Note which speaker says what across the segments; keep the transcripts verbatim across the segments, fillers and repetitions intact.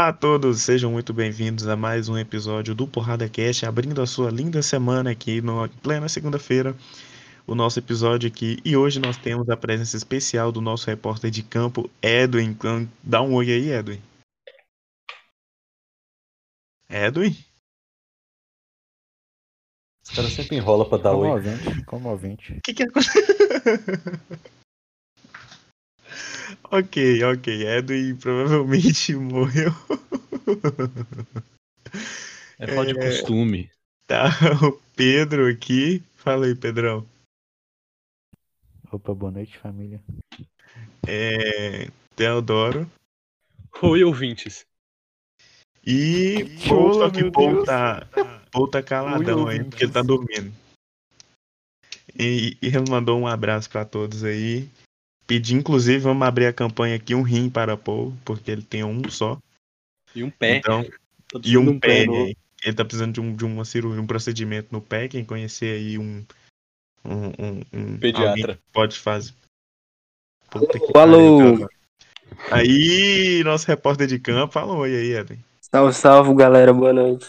Speaker 1: Olá a todos, sejam muito bem-vindos a mais um episódio do Porrada Cast, abrindo a sua linda semana aqui no em plena segunda-feira, o nosso episódio aqui. E hoje nós temos a presença especial do nosso repórter de campo, Edwin. Então, dá um oi aí, Edwin. Edwin?
Speaker 2: Os caras sempre enrolam pra dar oi.
Speaker 3: Comovente, comovente.
Speaker 1: O que que aconteceu? Ok, ok, Edwin provavelmente morreu.
Speaker 2: É falta de costume.
Speaker 1: Tá o Pedro aqui. Fala aí, Pedrão.
Speaker 3: Opa, boa noite, família.
Speaker 1: É... Teodoro.
Speaker 2: Oi, ouvintes.
Speaker 1: E
Speaker 3: Que
Speaker 1: Paul,
Speaker 3: chola,
Speaker 1: só que
Speaker 3: meu
Speaker 1: Paul
Speaker 3: Deus.
Speaker 1: tá, Paul tá caladão
Speaker 3: Ui,
Speaker 1: aí, porque ele tá dormindo. E, e ele mandou um abraço pra todos aí. Pedi, inclusive, vamos abrir a campanha aqui, um rim para Paul, porque ele tem um só.
Speaker 2: E um pé.
Speaker 1: Então,
Speaker 2: Tô
Speaker 1: e
Speaker 2: precisando de
Speaker 1: um
Speaker 2: um
Speaker 1: pé,
Speaker 2: pé novo.
Speaker 1: aí. Ele tá precisando de, um, de uma cirurgia, um procedimento no pé. Quem conhecer aí um, um, um, um alguém
Speaker 2: Pediatra.
Speaker 1: que pode fazer. Puta que
Speaker 4: Alô.
Speaker 1: pariu, Teodoro. Aí, nosso repórter de campo, fala um oi aí, Edwin.
Speaker 4: Salve, salve, galera. Boa noite.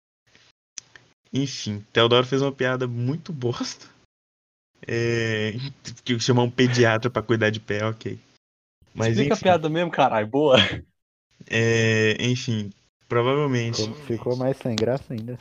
Speaker 1: Enfim, Teodoro fez uma piada muito bosta. É, que chamar um pediatra pra cuidar de pé, ok. Mas
Speaker 2: Explica
Speaker 1: enfim,
Speaker 2: a piada mesmo, caralho. Boa.
Speaker 1: é, enfim, provavelmente.
Speaker 3: Ficou, ficou mais sem graça ainda.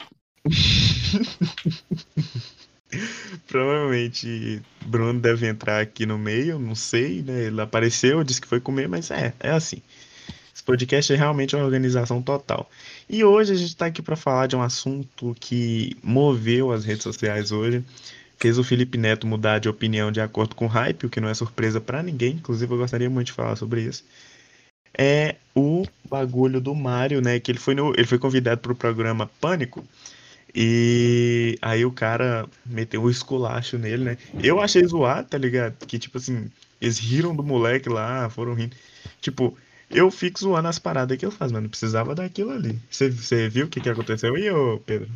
Speaker 1: Provavelmente Bruno deve entrar aqui no meio, não sei, né? Ele apareceu, disse que foi comer, mas é, é assim. Esse podcast é realmente uma organização total. E hoje a gente está aqui para falar de um assunto que moveu as redes sociais hoje, fez o Felipe Neto mudar de opinião de acordo com o hype, o que não é surpresa para ninguém, inclusive eu gostaria muito de falar sobre isso. É o bagulho do Mário, né? Que ele foi, no, ele foi convidado para o programa Pânico. E aí o cara meteu um esculacho nele, né? Eu achei zoado, tá ligado? Que tipo assim, eles riram do moleque lá, foram rindo. Tipo, eu fico zoando as paradas que ele faz, mas não precisava daquilo ali. Você, você viu o que, que aconteceu aí, ô Pedro?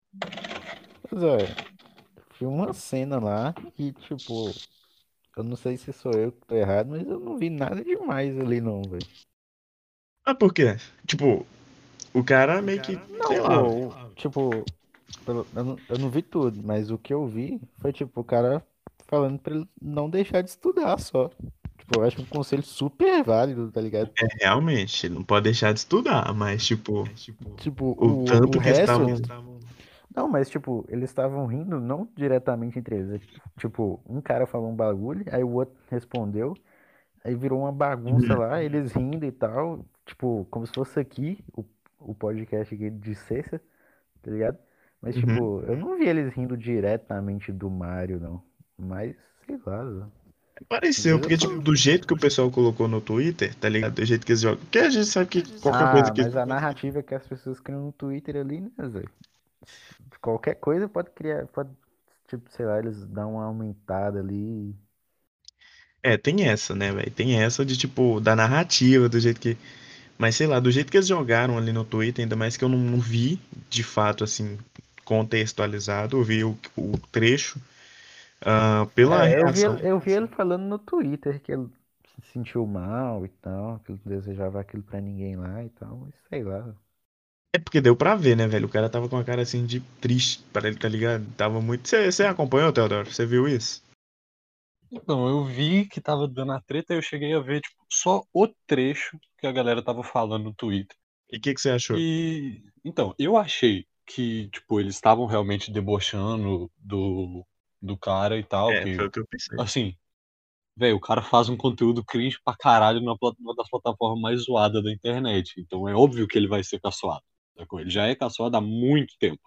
Speaker 3: Mas olha, foi uma cena lá que, tipo, eu não sei se sou eu que tô errado, mas eu não vi nada demais ali não, velho.
Speaker 1: Ah, por quê? Tipo, o cara meio que,
Speaker 3: Não,
Speaker 1: sei lá.
Speaker 3: pô, o- tipo, pelo- eu não, eu não vi tudo, mas o que eu vi foi, tipo, o cara falando pra ele não deixar de estudar só. Tipo, eu acho um conselho super válido, tá ligado?
Speaker 1: É, realmente, ele não pode deixar de estudar, mas tipo,
Speaker 3: Tipo,
Speaker 1: o
Speaker 3: o, o
Speaker 1: tanto que eles
Speaker 3: resto.
Speaker 1: estavam.
Speaker 3: Não, mas tipo, eles estavam rindo não diretamente entre eles. É, tipo, um cara falou um bagulho, aí o outro respondeu, aí virou uma bagunça lá, eles rindo e tal. Tipo, como se fosse aqui o, o podcast aqui de sexta, tá ligado? Mas
Speaker 1: Uhum.
Speaker 3: tipo, eu não vi eles rindo diretamente do Mario, não. Mas, sei lá. Às
Speaker 1: Pareceu,
Speaker 3: vezes eu
Speaker 1: porque,
Speaker 3: só.
Speaker 1: tipo, do jeito que o pessoal colocou no Twitter, tá ligado? Do jeito que eles jogam. Porque a gente sabe que qualquer coisa
Speaker 3: Ah,
Speaker 1: que.
Speaker 3: mas a narrativa que as pessoas criam no Twitter ali, né, Zé? Qualquer coisa pode criar, pode, tipo, sei lá, eles dão uma aumentada ali.
Speaker 1: É, tem essa, né, velho? Tem essa de, tipo, da narrativa, do jeito que. Mas sei lá, do jeito que eles jogaram ali no Twitter, ainda mais que eu não, não vi, de fato, assim, contextualizado, eu vi o, o trecho. ah, pela
Speaker 3: É, eu vi,
Speaker 1: reação.
Speaker 3: ele- eu vi ele falando no Twitter que ele se sentiu mal e tal, que ele não desejava aquilo pra ninguém lá e tal, mas sei lá.
Speaker 1: É porque deu pra ver, né, velho? O cara tava com uma cara assim de triste para ele, tá ligado? Tava muito. Você acompanhou, Teodoro? Você viu isso?
Speaker 2: Então, eu vi que tava dando a treta e eu cheguei a ver, tipo, só o trecho que a galera tava falando no Twitter.
Speaker 1: E o que, que você achou?
Speaker 2: E, então, eu achei que, tipo, eles estavam realmente debochando do, do cara e tal,
Speaker 1: É, foi
Speaker 2: que,
Speaker 1: o que eu pensei.
Speaker 2: assim, velho, o cara faz um conteúdo cringe pra caralho numa plat- numa das plataformas mais zoadas da internet. Então é óbvio que ele vai ser caçoado. Sacou? Ele já é caçoado há muito tempo.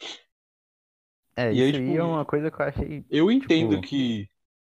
Speaker 3: É,
Speaker 2: E aí,
Speaker 3: isso aí é
Speaker 2: tipo,
Speaker 3: uma coisa que eu achei,
Speaker 2: eu entendo
Speaker 3: tipo,
Speaker 2: que,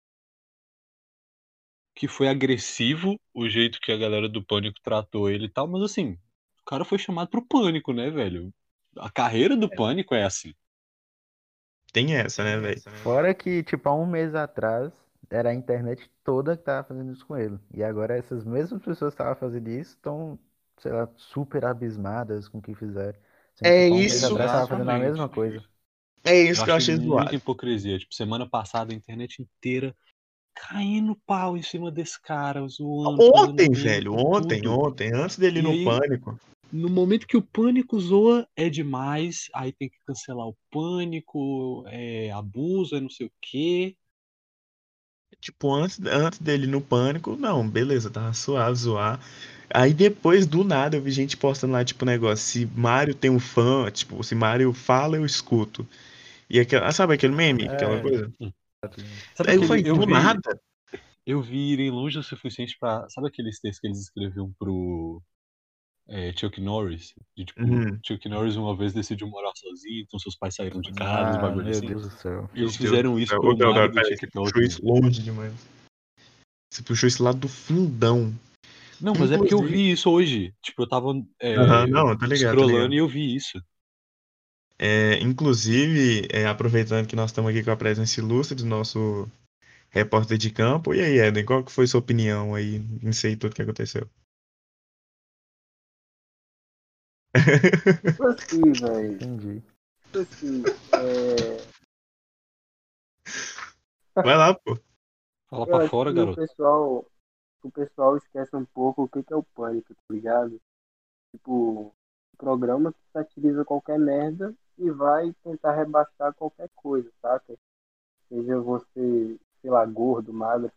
Speaker 2: que foi agressivo o jeito que a galera do Pânico tratou ele e tal, mas assim, o cara foi chamado pro Pânico, né, velho? A carreira do Pânico é assim.
Speaker 1: Tem essa, né, velho?
Speaker 3: fora que, tipo, há um mês atrás era a internet toda que tava fazendo isso com ele. E agora essas mesmas pessoas que estavam fazendo isso estão, sei lá, super abismadas com o que fizeram. Sendo que,
Speaker 1: É
Speaker 3: tipo, há um mês
Speaker 1: isso.
Speaker 3: atrás tava fazendo a mesma
Speaker 2: Exatamente.
Speaker 3: coisa.
Speaker 1: É isso
Speaker 2: Eu
Speaker 1: que eu
Speaker 2: achei
Speaker 1: achei
Speaker 2: muita
Speaker 1: zoado.
Speaker 2: hipocrisia. Tipo, semana passada a internet inteira caindo pau em cima desse cara, zoando, fazendo
Speaker 1: Ontem,
Speaker 2: meme
Speaker 1: velho,
Speaker 2: com
Speaker 1: ontem,
Speaker 2: tudo.
Speaker 1: ontem, antes dele ir
Speaker 2: E
Speaker 1: no
Speaker 2: aí,
Speaker 1: Pânico.
Speaker 2: no momento que o pânico zoa, é demais, aí tem que cancelar o pânico, é abuso, é não sei o quê.
Speaker 1: Tipo, antes, antes dele ir no pânico, não, beleza, tava suave zoar. Aí depois, do nada, eu vi gente postando lá, tipo, negócio, se Mario tem um fã, tipo, se Mario fala, eu escuto. E aquela, ah, sabe aquele meme? Aquela
Speaker 3: É,
Speaker 1: coisa?
Speaker 2: Sabe
Speaker 1: Aí eu
Speaker 2: aquele,
Speaker 1: falei,
Speaker 2: eu
Speaker 1: do
Speaker 2: vi,
Speaker 1: nada?
Speaker 2: eu vi irem longe o suficiente pra, sabe aqueles textos que eles escreviam pro é, Chuck Norris? De tipo,
Speaker 1: Uhum.
Speaker 2: Chuck Norris uma vez decidiu morar sozinho, então seus pais saíram de casa, uns
Speaker 3: ah,
Speaker 2: bagulho
Speaker 3: meu
Speaker 2: assim.
Speaker 3: Deus do céu.
Speaker 1: Meu
Speaker 2: Eles
Speaker 1: Deus
Speaker 2: fizeram
Speaker 1: do
Speaker 2: isso
Speaker 1: céu. Ô,
Speaker 2: pro Mario
Speaker 1: Deodoro,
Speaker 2: do
Speaker 1: peraí, você
Speaker 2: TikTok,
Speaker 1: puxou
Speaker 2: mano.
Speaker 1: isso longe demais. Você puxou isso lá do fundão.
Speaker 2: Não, mas é porque eu
Speaker 1: Inclusive.
Speaker 2: vi isso hoje. Tipo, eu tava
Speaker 1: Aham,
Speaker 2: é,
Speaker 1: não, tá ligado, tá
Speaker 2: scrollando
Speaker 1: ligado.
Speaker 2: e eu vi isso.
Speaker 1: É, inclusive, é, aproveitando que nós estamos aqui com a presença ilustre do nosso repórter de campo. E aí, Eden, qual que foi sua opinião aí em sei tudo que aconteceu?
Speaker 4: Tipo assim, velho.
Speaker 3: Entendi.
Speaker 4: Tipo assim, é,
Speaker 1: Vai lá, pô.
Speaker 2: Fala
Speaker 4: eu
Speaker 2: pra
Speaker 4: acho
Speaker 2: fora,
Speaker 4: que o
Speaker 2: garoto.
Speaker 4: pessoal, o pessoal esquece um pouco o que que é o pânico, tá ligado? Tipo, um programa que satiriza qualquer merda e vai tentar rebaixar qualquer coisa, saca? Seja você, sei lá, gordo, magro,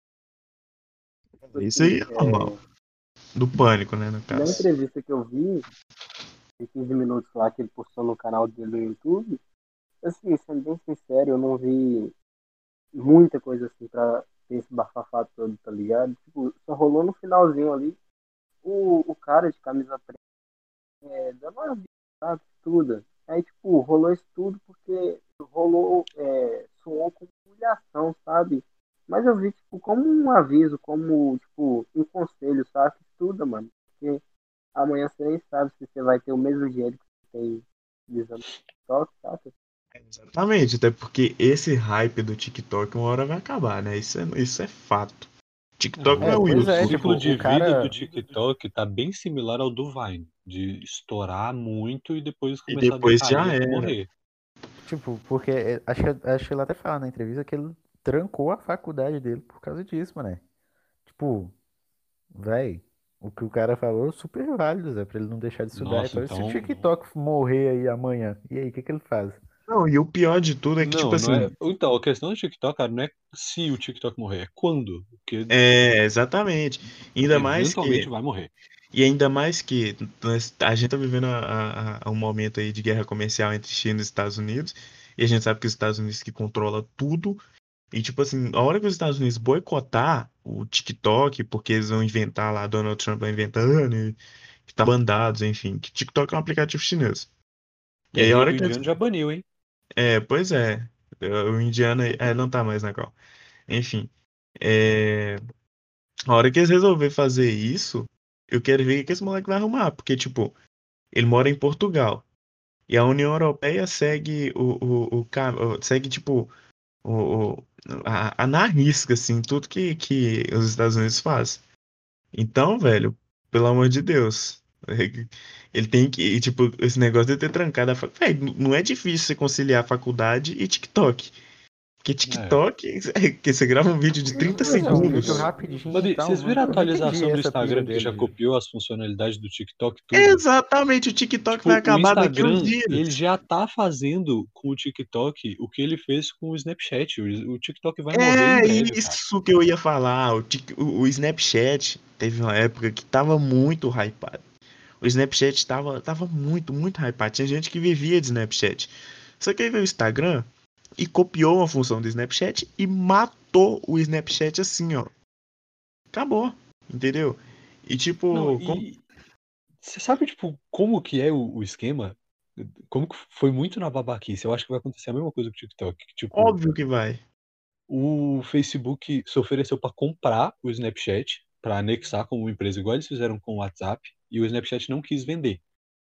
Speaker 4: tipo
Speaker 1: Isso aí
Speaker 4: assim,
Speaker 1: é normal.
Speaker 4: é,
Speaker 1: Do pânico, né, no
Speaker 4: na
Speaker 1: caso.
Speaker 4: entrevista que eu vi, de quinze minutos lá que ele postou no canal dele no YouTube, assim, sendo bem sincero, eu não vi muita coisa assim pra ter esse bafafá todo, tá ligado? Tipo, só rolou no finalzinho ali o, o cara de camisa preta é, dando uma vida, sabe? Tudo. Aí, tipo, rolou isso tudo porque rolou, é, soou como humilhação, sabe? Mas eu vi, tipo, como um aviso, como, tipo, um conselho, sabe? Estuda, mano. Porque amanhã você nem sabe se você vai ter o mesmo dinheiro que você tem usando TikTok, sabe?
Speaker 1: Exatamente, até porque esse hype do TikTok uma hora vai acabar, né? Isso é, isso é fato.
Speaker 2: É,
Speaker 1: TikTok não é
Speaker 3: É,
Speaker 1: o
Speaker 2: o, o
Speaker 3: pois é,
Speaker 1: YouTube.
Speaker 3: tipo,
Speaker 2: ciclo de
Speaker 3: o
Speaker 2: vida do
Speaker 3: cara.
Speaker 2: TikTok tá bem similar ao do Vine, de estourar muito e depois
Speaker 1: E
Speaker 2: começar a
Speaker 1: depois
Speaker 2: decair
Speaker 1: já
Speaker 2: até
Speaker 1: era.
Speaker 2: morrer.
Speaker 3: Tipo, porque é, acho que, acho que ele até fala na entrevista que ele trancou a faculdade dele por causa disso, mano. Tipo, véi, o que o cara falou é super válido, Zé, pra ele não deixar de estudar e
Speaker 2: Nossa,
Speaker 3: tal. E se o
Speaker 2: então.
Speaker 3: TikTok morrer aí amanhã, e aí, o que que ele faz?
Speaker 1: Não, e o pior de tudo é que, tipo
Speaker 2: Não, não é.
Speaker 1: assim,
Speaker 2: Então, a questão do TikTok, cara, não é se o TikTok morrer, é quando. Porque
Speaker 1: é exatamente. Ainda mais
Speaker 2: eventualmente
Speaker 1: que.
Speaker 2: vai morrer.
Speaker 1: E ainda mais que nós- a gente tá vivendo a, a- a um momento aí de guerra comercial entre China e Estados Unidos. E a gente sabe que os Estados Unidos que controla tudo. E tipo assim, a hora que os Estados Unidos boicotar o TikTok, porque eles vão inventar lá, Donald Trump vai inventando, e que tá bandados, enfim, que TikTok é um aplicativo chinês. E aí a hora
Speaker 2: Terreiro
Speaker 1: que eles.
Speaker 2: indiano já baniu, hein?
Speaker 1: É, pois é. O Indiana é, não tá mais na qual. Enfim. É, a hora que eles resolverem fazer isso, eu quero ver o que esse moleque vai arrumar. Porque, tipo, ele mora em Portugal. E a União Europeia segue o, o, o, ca- o- segue, tipo, o, o- a, a na risca, assim, tudo que, que os Estados Unidos fazem. Então, velho, pelo amor de Deus. Ele tem que, e, tipo, esse negócio de ter trancado a faculdade. Velho, não é difícil você conciliar a faculdade e TikTok. Porque
Speaker 2: É.
Speaker 1: TikTok, é que você grava um vídeo de trinta
Speaker 3: Pois é, um vídeo
Speaker 1: segundos.
Speaker 3: rapidinho e
Speaker 2: Madi,
Speaker 3: tal.
Speaker 2: vocês viram a
Speaker 3: Eu não entendi
Speaker 2: atualização do
Speaker 3: essa pira
Speaker 2: Instagram que já
Speaker 3: dele.
Speaker 2: copiou as funcionalidades do TikTok tudo?
Speaker 1: Exatamente, o TikTok vai
Speaker 2: Tipo, o
Speaker 1: acabar daqui uns
Speaker 2: Instagram, ele
Speaker 1: dias.
Speaker 2: já tá fazendo com o TikTok o que ele fez com o Snapchat. O, o TikTok vai morrer em
Speaker 1: É
Speaker 2: breve, cara.
Speaker 1: isso que eu ia falar. O, Tik- o- o Snapchat teve uma época que tava muito hypado. O Snapchat tava, tava muito, muito hypado. Tinha gente que vivia de Snapchat. Só que aí veio o Instagram e copiou uma função do Snapchat e matou o Snapchat assim, ó. Acabou, entendeu? E
Speaker 2: Não,
Speaker 1: tipo, como-
Speaker 2: e você sabe, tipo, como que é o, o esquema? Como que foi muito na babaquice. Eu acho que vai acontecer a mesma coisa com o TikTok. que, Tipo,
Speaker 1: óbvio que vai.
Speaker 2: o Facebook se ofereceu para comprar o Snapchat, para anexar como uma empresa, igual eles fizeram com o WhatsApp, e o Snapchat não quis vender.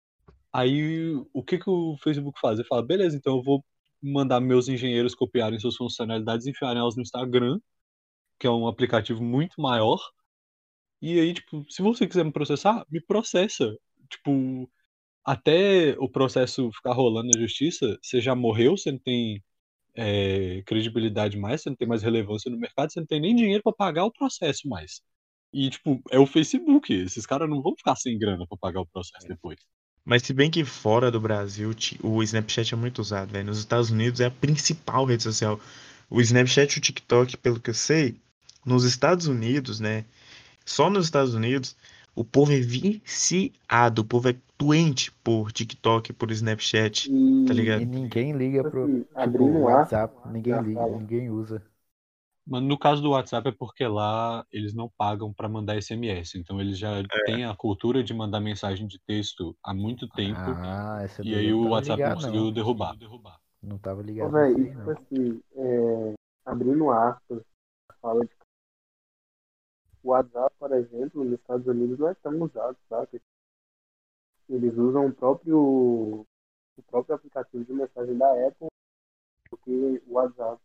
Speaker 2: Aí, o que que o Facebook faz? Ele fala, beleza, então eu vou mandar meus engenheiros copiarem suas funcionalidades e enfiarem elas no Instagram, que é um aplicativo muito maior. E aí, tipo, se você quiser me processar, me processa. Tipo, até o processo ficar rolando na justiça, você já morreu, você não tem é, credibilidade mais, você não tem mais relevância no mercado, você não tem nem dinheiro para pagar o processo mais. E, tipo, é o Facebook. Esses caras não vão ficar sem grana pra pagar o processo depois.
Speaker 1: Mas se bem que fora do Brasil, ti- o Snapchat é muito usado, velho. Nos Estados Unidos é a principal rede social. O Snapchat e o TikTok, pelo que eu sei, nos Estados Unidos, né? Só nos Estados Unidos, o povo é viciado, o povo é doente por TikTok, por Snapchat, tá
Speaker 4: E,
Speaker 3: E
Speaker 1: ligado?
Speaker 3: ninguém liga
Speaker 4: tipo
Speaker 3: pro,
Speaker 4: assim,
Speaker 3: tipo,
Speaker 4: abrindo um aspas,
Speaker 3: WhatsApp. Ninguém
Speaker 4: já
Speaker 3: liga,
Speaker 4: fala.
Speaker 3: ninguém usa.
Speaker 2: Mas no caso do WhatsApp é porque lá eles não pagam pra mandar S M S. Então eles já têm a cultura de mandar mensagem de texto há muito tempo.
Speaker 3: Ah, essa
Speaker 2: E
Speaker 3: daí
Speaker 2: aí
Speaker 3: eu não
Speaker 2: o
Speaker 3: tava
Speaker 2: WhatsApp não
Speaker 3: ligado, não.
Speaker 2: conseguiu derrubar.
Speaker 3: Não tava
Speaker 4: Ô,
Speaker 3: ligado nisso
Speaker 4: velho, e
Speaker 3: aí,
Speaker 4: tipo
Speaker 3: não.
Speaker 4: assim, é, abrindo aspas, fala de o WhatsApp, por exemplo, nos Estados Unidos não é tão usado, sabe? Eles usam o próprio, o próprio aplicativo de mensagem da Apple do que o WhatsApp.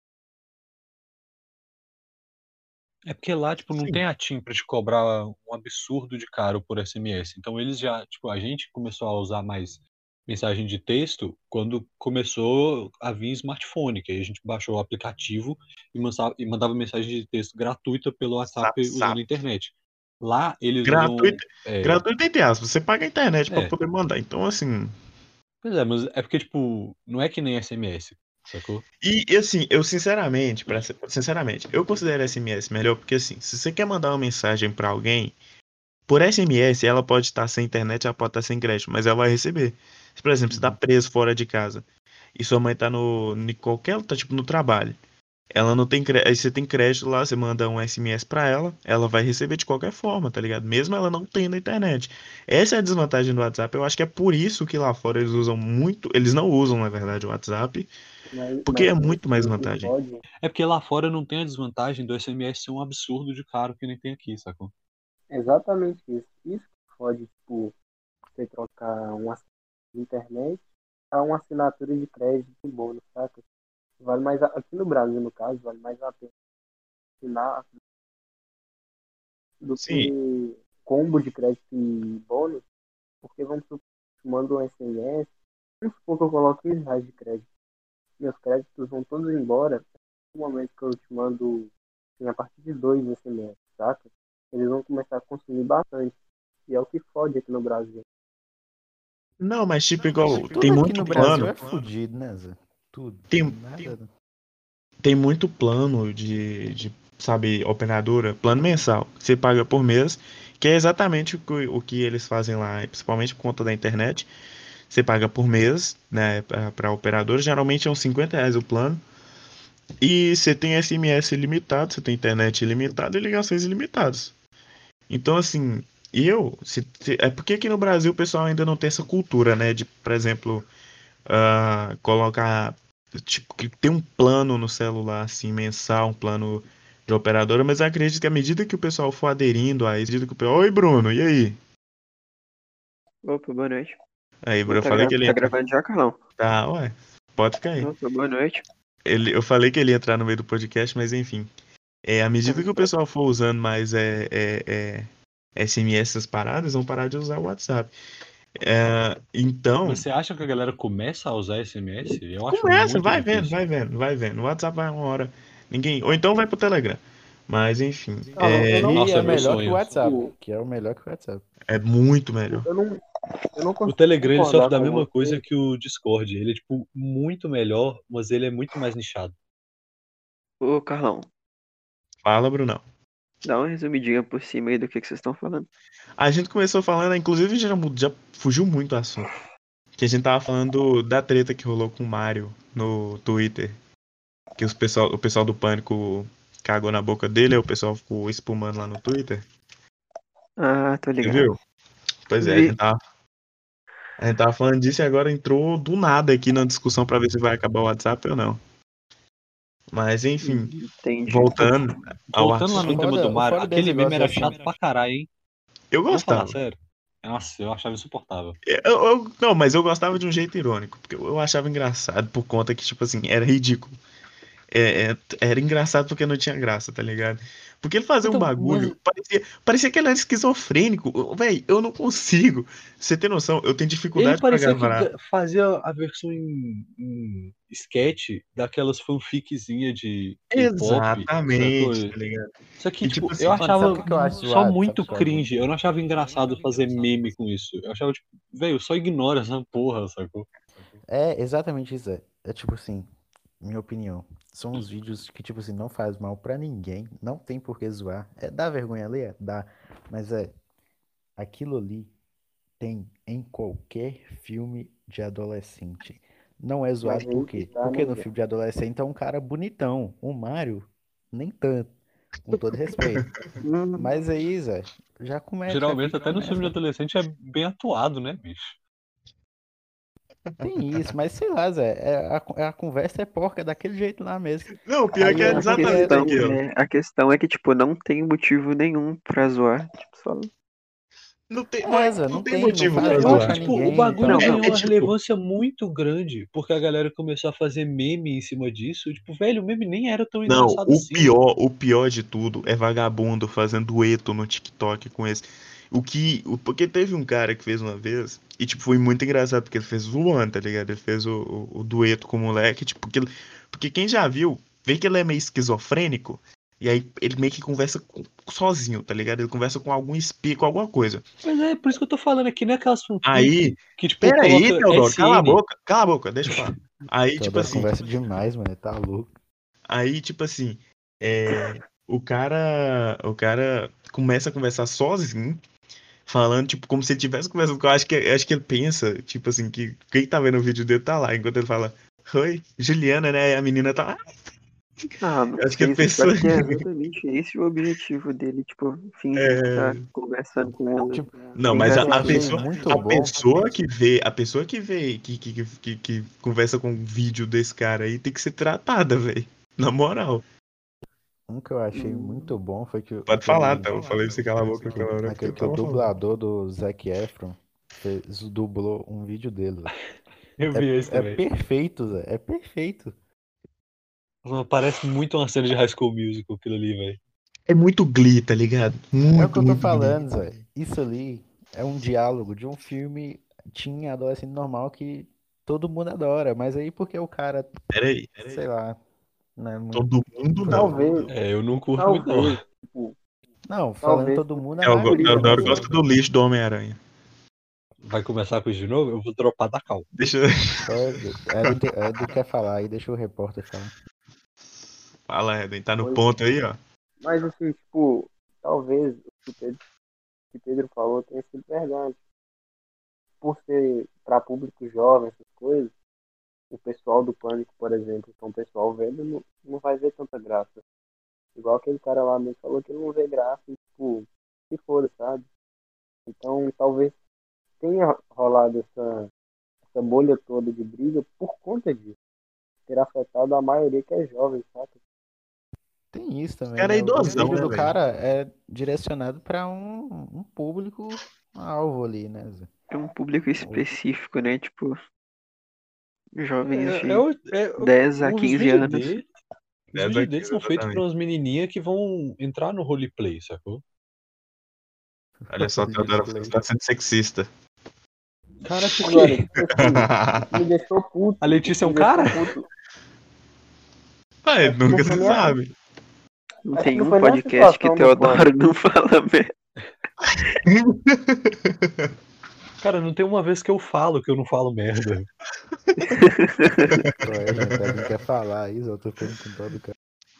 Speaker 2: É porque lá, tipo, não
Speaker 1: Sim.
Speaker 2: tem a TIM pra te cobrar um absurdo de caro por S M S. Então eles já, tipo, a gente começou a usar mais mensagem de texto quando começou a vir smartphone, que aí a gente baixou o aplicativo e mandava, e mandava mensagem de texto gratuita pelo
Speaker 1: Zap,
Speaker 2: WhatsApp usando
Speaker 1: zap.
Speaker 2: a internet. Lá eles usam.
Speaker 1: Gratuito,
Speaker 2: É,
Speaker 1: gratuito entre aspas. Você paga a internet pra
Speaker 2: é,
Speaker 1: poder mandar. Então, assim.
Speaker 2: pois é, mas é porque, tipo, não é que nem S M S, sacou?
Speaker 1: E, e, assim, eu sinceramente, pra ser- sinceramente, eu considero S M S melhor porque, assim, se você quer mandar uma mensagem pra alguém, por S M S ela pode estar sem internet, ela pode estar sem crédito, mas ela vai receber. Se, por exemplo, você tá
Speaker 2: Uhum.
Speaker 1: preso fora de casa e sua mãe tá no, em qualquer, tá tipo no trabalho. Ela não tem crédito, aí você tem crédito lá, você manda um S M S pra ela, ela vai receber de qualquer forma, tá ligado? Mesmo ela não tendo internet. Essa é a desvantagem do WhatsApp. Eu acho que é por isso que lá fora eles usam muito, eles não usam, na verdade, o WhatsApp,
Speaker 4: Mas,
Speaker 1: porque
Speaker 4: mas
Speaker 1: é
Speaker 4: tipo
Speaker 1: muito mais
Speaker 4: assim, o que
Speaker 1: vantagem.
Speaker 4: pode,
Speaker 2: É porque lá fora não tem a desvantagem do S M S ser um absurdo de caro que nem tem aqui, sacou?
Speaker 4: é exatamente isso. Isso que pode, tipo, você trocar uma de internet a uma assinatura de crédito de bônus, saca? Vale mais, a- aqui no Brasil, no caso, vale mais a pena assinar do
Speaker 1: Sim.
Speaker 4: que combo de crédito e bônus, porque vamos supor, que eu mando um S M S, vamos supor que eu coloco quinze reais de crédito. Meus créditos vão todos embora no momento que eu te mando, assim, a partir de dois S M S, saca? Eles vão começar a consumir bastante. E é o que fode aqui no Brasil.
Speaker 1: Não, mas tipo igual, tem
Speaker 3: Tudo aqui
Speaker 1: muito
Speaker 3: no Brasil
Speaker 1: plano,
Speaker 3: é fudido, né, Zé? Tudo.
Speaker 1: tem,
Speaker 3: Nada.
Speaker 1: tem muito plano de, de, sabe, operadora, plano mensal, que você paga por mês, que é exatamente o que, o que eles fazem lá, principalmente por conta da internet. Você paga por mês, né, para a operadora, geralmente é uns cinquenta reais o plano. E você tem S M S ilimitado, você tem internet ilimitada e ligações ilimitadas. Então, assim, eu. Se, se- é porque aqui no Brasil o pessoal ainda não tem essa cultura, né? De, por exemplo, ah, colocar. Tipo, que tem um plano no celular, assim, mensal, um plano de operadora, mas eu acredito que à medida que o pessoal for aderindo a isso, à medida que o pessoal. Oi, Bruno, e aí?
Speaker 5: Opa, boa noite.
Speaker 1: Aí,
Speaker 5: Pô,
Speaker 1: Bruno, eu
Speaker 5: tá,
Speaker 1: falei
Speaker 5: gra
Speaker 1: que ele ia
Speaker 5: tá
Speaker 1: entrar.
Speaker 5: gravando já, Carlão?
Speaker 1: Tá, ué, pode ficar aí.
Speaker 5: Opa, boa noite.
Speaker 1: Ele, eu falei que ele ia entrar no meio do podcast, mas enfim. É, à medida que o pessoal for usando mais é, é, é, S M S, essas paradas, vão parar de usar o WhatsApp. É, então,
Speaker 2: Mas você acha que a galera começa a usar S M S? Eu acho
Speaker 1: começa,
Speaker 2: muito
Speaker 1: vai vendo,
Speaker 2: difícil.
Speaker 1: vai vendo, vai vendo. O WhatsApp vai uma hora. Ninguém. Ou então vai pro Telegram. Mas enfim,
Speaker 4: Carlão, eu
Speaker 1: é,
Speaker 4: não,
Speaker 3: Que
Speaker 2: Nossa,
Speaker 3: é
Speaker 2: é meu
Speaker 3: melhor que o
Speaker 2: sonho.
Speaker 3: WhatsApp.
Speaker 4: tipo,
Speaker 3: Que é o melhor que o WhatsApp.
Speaker 1: é muito melhor.
Speaker 4: eu não, eu não
Speaker 2: O
Speaker 4: consigo
Speaker 2: Telegram ele sofre
Speaker 4: concordar
Speaker 2: da
Speaker 4: com
Speaker 2: mesma coisa
Speaker 4: você.
Speaker 2: que o Discord. Ele é, tipo, muito melhor, mas ele é muito mais nichado.
Speaker 5: Ô, Carlão,
Speaker 1: Fala, Brunão.
Speaker 5: dá uma resumidinha por cima aí do que que vocês estão falando.
Speaker 1: A gente começou falando, inclusive a gente já, mud- já fugiu muito do assunto. Que a gente tava falando da treta que rolou com o Mário no Twitter. Que os pessoal, o pessoal do Pânico cagou na boca dele, aí o pessoal ficou espumando lá no Twitter.
Speaker 5: Ah, tô
Speaker 1: Você
Speaker 5: ligado.
Speaker 1: viu? Pois é, a
Speaker 5: Vi.
Speaker 1: gente tava, a gente tava falando disso e agora entrou do nada aqui na discussão pra ver se vai acabar o WhatsApp ou não. Mas enfim,
Speaker 5: Entendi.
Speaker 1: voltando ao
Speaker 2: Voltando lá
Speaker 3: O
Speaker 2: no
Speaker 1: assunto,
Speaker 2: tema do
Speaker 3: foda, o
Speaker 2: Mario,
Speaker 3: foda desse
Speaker 2: aquele meme
Speaker 3: negócio
Speaker 2: era
Speaker 3: é assim.
Speaker 2: chato pra caralho, hein?
Speaker 1: eu
Speaker 2: Vamos falar
Speaker 1: gostava.
Speaker 2: sério. Nossa, eu achava insuportável.
Speaker 1: Eu, eu- não, mas eu gostava de um jeito irônico, porque eu, eu achava engraçado por conta que, tipo assim, era ridículo. é, é, era engraçado porque não tinha graça, tá ligado? Porque ele fazia um
Speaker 2: Então,
Speaker 1: bagulho,
Speaker 2: mas
Speaker 1: parecia, parecia que ele era esquizofrênico. Véi, eu não consigo. Você tem noção? Eu tenho
Speaker 2: ele
Speaker 1: dificuldade pra
Speaker 2: parecia que
Speaker 1: gravar.
Speaker 2: ga- fazia a versão em, em sketch daquelas fanficzinha de K-pop, sacou?
Speaker 1: Exatamente, tá ligado?
Speaker 2: Só que,
Speaker 1: E tipo
Speaker 2: tipo, eu
Speaker 1: assim,
Speaker 3: Mano, sabe o
Speaker 2: achava
Speaker 3: que, que eu acho
Speaker 2: só
Speaker 3: zoado? Sabe o
Speaker 2: muito
Speaker 3: que eu acho
Speaker 2: cringe.
Speaker 3: muito.
Speaker 2: Eu não achava engraçado fazer meme com isso. Eu achava, tipo, velho, só ignora essa porra, sacou?
Speaker 3: É exatamente isso, é. É tipo assim, minha opinião. São uns vídeos que, tipo assim, não faz mal pra ninguém. Não tem por que zoar. É, dá vergonha ali? É, dá. Mas é, aquilo ali tem em qualquer filme de adolescente. Não é
Speaker 4: Mas
Speaker 3: zoado por
Speaker 4: aí que
Speaker 3: quê?
Speaker 4: tá,
Speaker 3: Porque
Speaker 4: né,
Speaker 3: no
Speaker 4: Zé?
Speaker 3: filme de adolescente é um cara bonitão. O Mario, nem tanto. Com todo respeito.
Speaker 5: Hum,
Speaker 3: Mas aí, Zé, já começa, já
Speaker 2: Geralmente,
Speaker 3: fica,
Speaker 2: até no filme de
Speaker 3: começa.
Speaker 2: adolescente é bem atuado, né, bicho?
Speaker 3: Tem isso, mas sei lá, Zé, é, a, a conversa é porca daquele jeito lá mesmo.
Speaker 1: não, o pior é que
Speaker 3: Aí
Speaker 1: é
Speaker 3: é
Speaker 5: a
Speaker 3: porque
Speaker 1: exatamente
Speaker 5: questão
Speaker 3: é.
Speaker 1: aquilo.
Speaker 5: é, a questão é que, tipo, não tem motivo nenhum pra zoar. Tipo, só.
Speaker 1: Não tem, não é
Speaker 3: É,
Speaker 1: que
Speaker 3: Zé,
Speaker 1: não
Speaker 3: não
Speaker 1: tem
Speaker 3: tem, não
Speaker 1: motivo
Speaker 2: Não,
Speaker 3: faz
Speaker 1: pra
Speaker 2: eu
Speaker 3: mal
Speaker 2: acho que,
Speaker 3: pra
Speaker 1: zoar.
Speaker 2: tipo, o
Speaker 3: ninguém e
Speaker 2: bagulho
Speaker 5: Não,
Speaker 3: tal.
Speaker 1: É,
Speaker 2: ganhou
Speaker 1: é
Speaker 2: uma
Speaker 1: tipo,
Speaker 2: relevância muito grande, porque a galera começou a fazer meme em cima disso. Tipo, velho, o meme nem era tão
Speaker 1: não,
Speaker 2: engraçado
Speaker 1: o
Speaker 2: assim.
Speaker 1: pior, o pior de tudo é vagabundo fazendo dueto no TikTok com esse. O que, o, porque teve um cara que fez uma vez, e tipo, foi muito engraçado, porque ele fez zoando, tá ligado? Ele fez o, o, o dueto com o moleque, tipo, porque, ele- porque quem já viu, vê que ele é meio esquizofrênico, e aí ele meio que conversa com- sozinho, tá ligado? Ele conversa com algum espírito, com alguma coisa.
Speaker 2: Mas é por isso que eu tô falando aqui, não é aquelas
Speaker 1: Aí,
Speaker 2: fanfic que, tipo,
Speaker 1: pera aí,
Speaker 2: coloca
Speaker 1: Teodoro, cala a
Speaker 2: S N.
Speaker 1: boca, cala a boca, deixa eu falar. Aí, tipo
Speaker 3: Teodoro
Speaker 1: assim,
Speaker 3: conversa demais, mano, ele tá louco.
Speaker 1: Aí, tipo assim, é, o cara, o cara começa a conversar sozinho, falando, tipo, como se ele tivesse conversando com. Eu acho que, acho que ele pensa, tipo assim, que quem tá vendo o vídeo dele tá lá, enquanto ele fala, oi, Juliana, né? E a menina tá lá.
Speaker 5: Ah, não
Speaker 1: Eu acho que ele
Speaker 5: sei, Zé. Eu
Speaker 1: pensou.
Speaker 5: acho que é exatamente esse o objetivo dele, tipo, fingir que tá
Speaker 1: é,
Speaker 5: conversando com ela.
Speaker 3: Tipo,
Speaker 1: Não,
Speaker 5: Sem
Speaker 1: mas
Speaker 3: o
Speaker 1: a,
Speaker 3: que eu
Speaker 1: a
Speaker 3: achei
Speaker 5: razão.
Speaker 1: pessoa,
Speaker 3: muito
Speaker 1: a
Speaker 3: bom,
Speaker 1: pessoa que vê, a pessoa que vê, que, que, que, que, que conversa com um vídeo desse cara aí tem que ser tratada, velho. Na moral.
Speaker 3: um que eu achei muito
Speaker 5: Hum,
Speaker 3: bom foi que
Speaker 1: Pode falar,
Speaker 3: aquele,
Speaker 1: tá? Eu falei pra você calar a boca
Speaker 3: que,
Speaker 1: aquela hora porque
Speaker 3: aquele
Speaker 1: eu
Speaker 3: que o
Speaker 1: tava falando.
Speaker 3: dublador do Zac Efron fez, dublou um vídeo dele, Zé.
Speaker 2: Eu vi esse
Speaker 3: É, é
Speaker 2: também.
Speaker 3: perfeito, Zé, é perfeito.
Speaker 2: Mano, parece muito uma cena de High School Musical aquilo ali, velho.
Speaker 1: É muito Glee, tá ligado?
Speaker 3: É o que
Speaker 1: Muito,
Speaker 3: eu tô
Speaker 1: muito Glee.
Speaker 3: falando, Zé. Isso ali é um diálogo de um filme teen adolescente normal que todo mundo adora, mas aí porque o cara,
Speaker 1: Peraí.
Speaker 3: sei lá, não é muito.
Speaker 1: Todo mundo não.
Speaker 4: Talvez,
Speaker 2: É, eu não curto muito, não.
Speaker 4: talvez, tipo,
Speaker 3: Não, falando
Speaker 4: talvez
Speaker 3: todo
Speaker 4: por,
Speaker 3: mundo, a
Speaker 1: Eu, go-
Speaker 4: por
Speaker 3: maioria,
Speaker 4: isso
Speaker 3: né,
Speaker 1: Teodoro
Speaker 4: que
Speaker 3: Zé?
Speaker 1: gosta do lixo do Homem-Aranha.
Speaker 2: Vai começar com isso de novo? Eu vou dropar da cal.
Speaker 1: Deixa eu.
Speaker 3: Pode, é do, é do que quer falar aí, deixa o repórter falar.
Speaker 1: Fala, Eden. Tá no
Speaker 4: foi.
Speaker 1: ponto aí, ó.
Speaker 4: Mas assim, tipo, talvez o que Pedro, o que Pedro falou tenha sido verdade. Por ser para público jovem, essas coisas, o pessoal do Pânico, por exemplo, que é um pessoal velho, não, não vai ver tanta graça. Igual aquele cara lá mesmo falou que ele não vê graça, e, tipo, se for, sabe? Então, talvez tenha rolado essa, essa bolha toda de briga por conta disso. Ter afetado a maioria que é jovem, sabe?
Speaker 3: Tem isso
Speaker 1: Esse
Speaker 3: também,
Speaker 1: cara é
Speaker 3: né? O, o
Speaker 1: idosão,
Speaker 3: vídeo
Speaker 1: né,
Speaker 3: do
Speaker 1: velho?
Speaker 3: cara é direcionado para um, um público alvo ali, né, Zé?
Speaker 5: é um público
Speaker 3: O-
Speaker 5: específico, né? Tipo, jovens
Speaker 2: É, é,
Speaker 5: de
Speaker 2: o- é, o-
Speaker 5: dez a
Speaker 2: os
Speaker 5: quinze
Speaker 2: vídeos
Speaker 5: anos.
Speaker 2: dele, os
Speaker 1: dez
Speaker 2: vídeos
Speaker 1: aqui,
Speaker 2: dele são feitos para
Speaker 1: exatamente.
Speaker 2: umas menininhas que vão entrar no roleplay, sacou?
Speaker 1: Olha só, Teodoro, você
Speaker 3: Roleplay.
Speaker 1: tá sendo sexista.
Speaker 2: Cara, por
Speaker 4: Agora,
Speaker 2: quê?
Speaker 4: tipo assim, o que me deixou puto,
Speaker 2: A
Speaker 4: o
Speaker 2: Letícia
Speaker 4: que
Speaker 2: é
Speaker 4: me
Speaker 2: um cara?
Speaker 4: deixou puto,
Speaker 1: Vai,
Speaker 4: acho que não
Speaker 1: nunca
Speaker 4: foi
Speaker 1: se
Speaker 4: nem a,
Speaker 1: sabe.
Speaker 5: Não
Speaker 4: acho que
Speaker 5: tem
Speaker 4: não
Speaker 5: um
Speaker 4: foi nem a
Speaker 5: podcast que
Speaker 4: situação do
Speaker 5: Teodoro
Speaker 4: pânico.
Speaker 5: não fala merda.
Speaker 2: Cara, não tem uma vez que eu falo que eu não falo merda.
Speaker 3: Ué, gente, alguém quer falar isso? Eu tô perguntando, cara.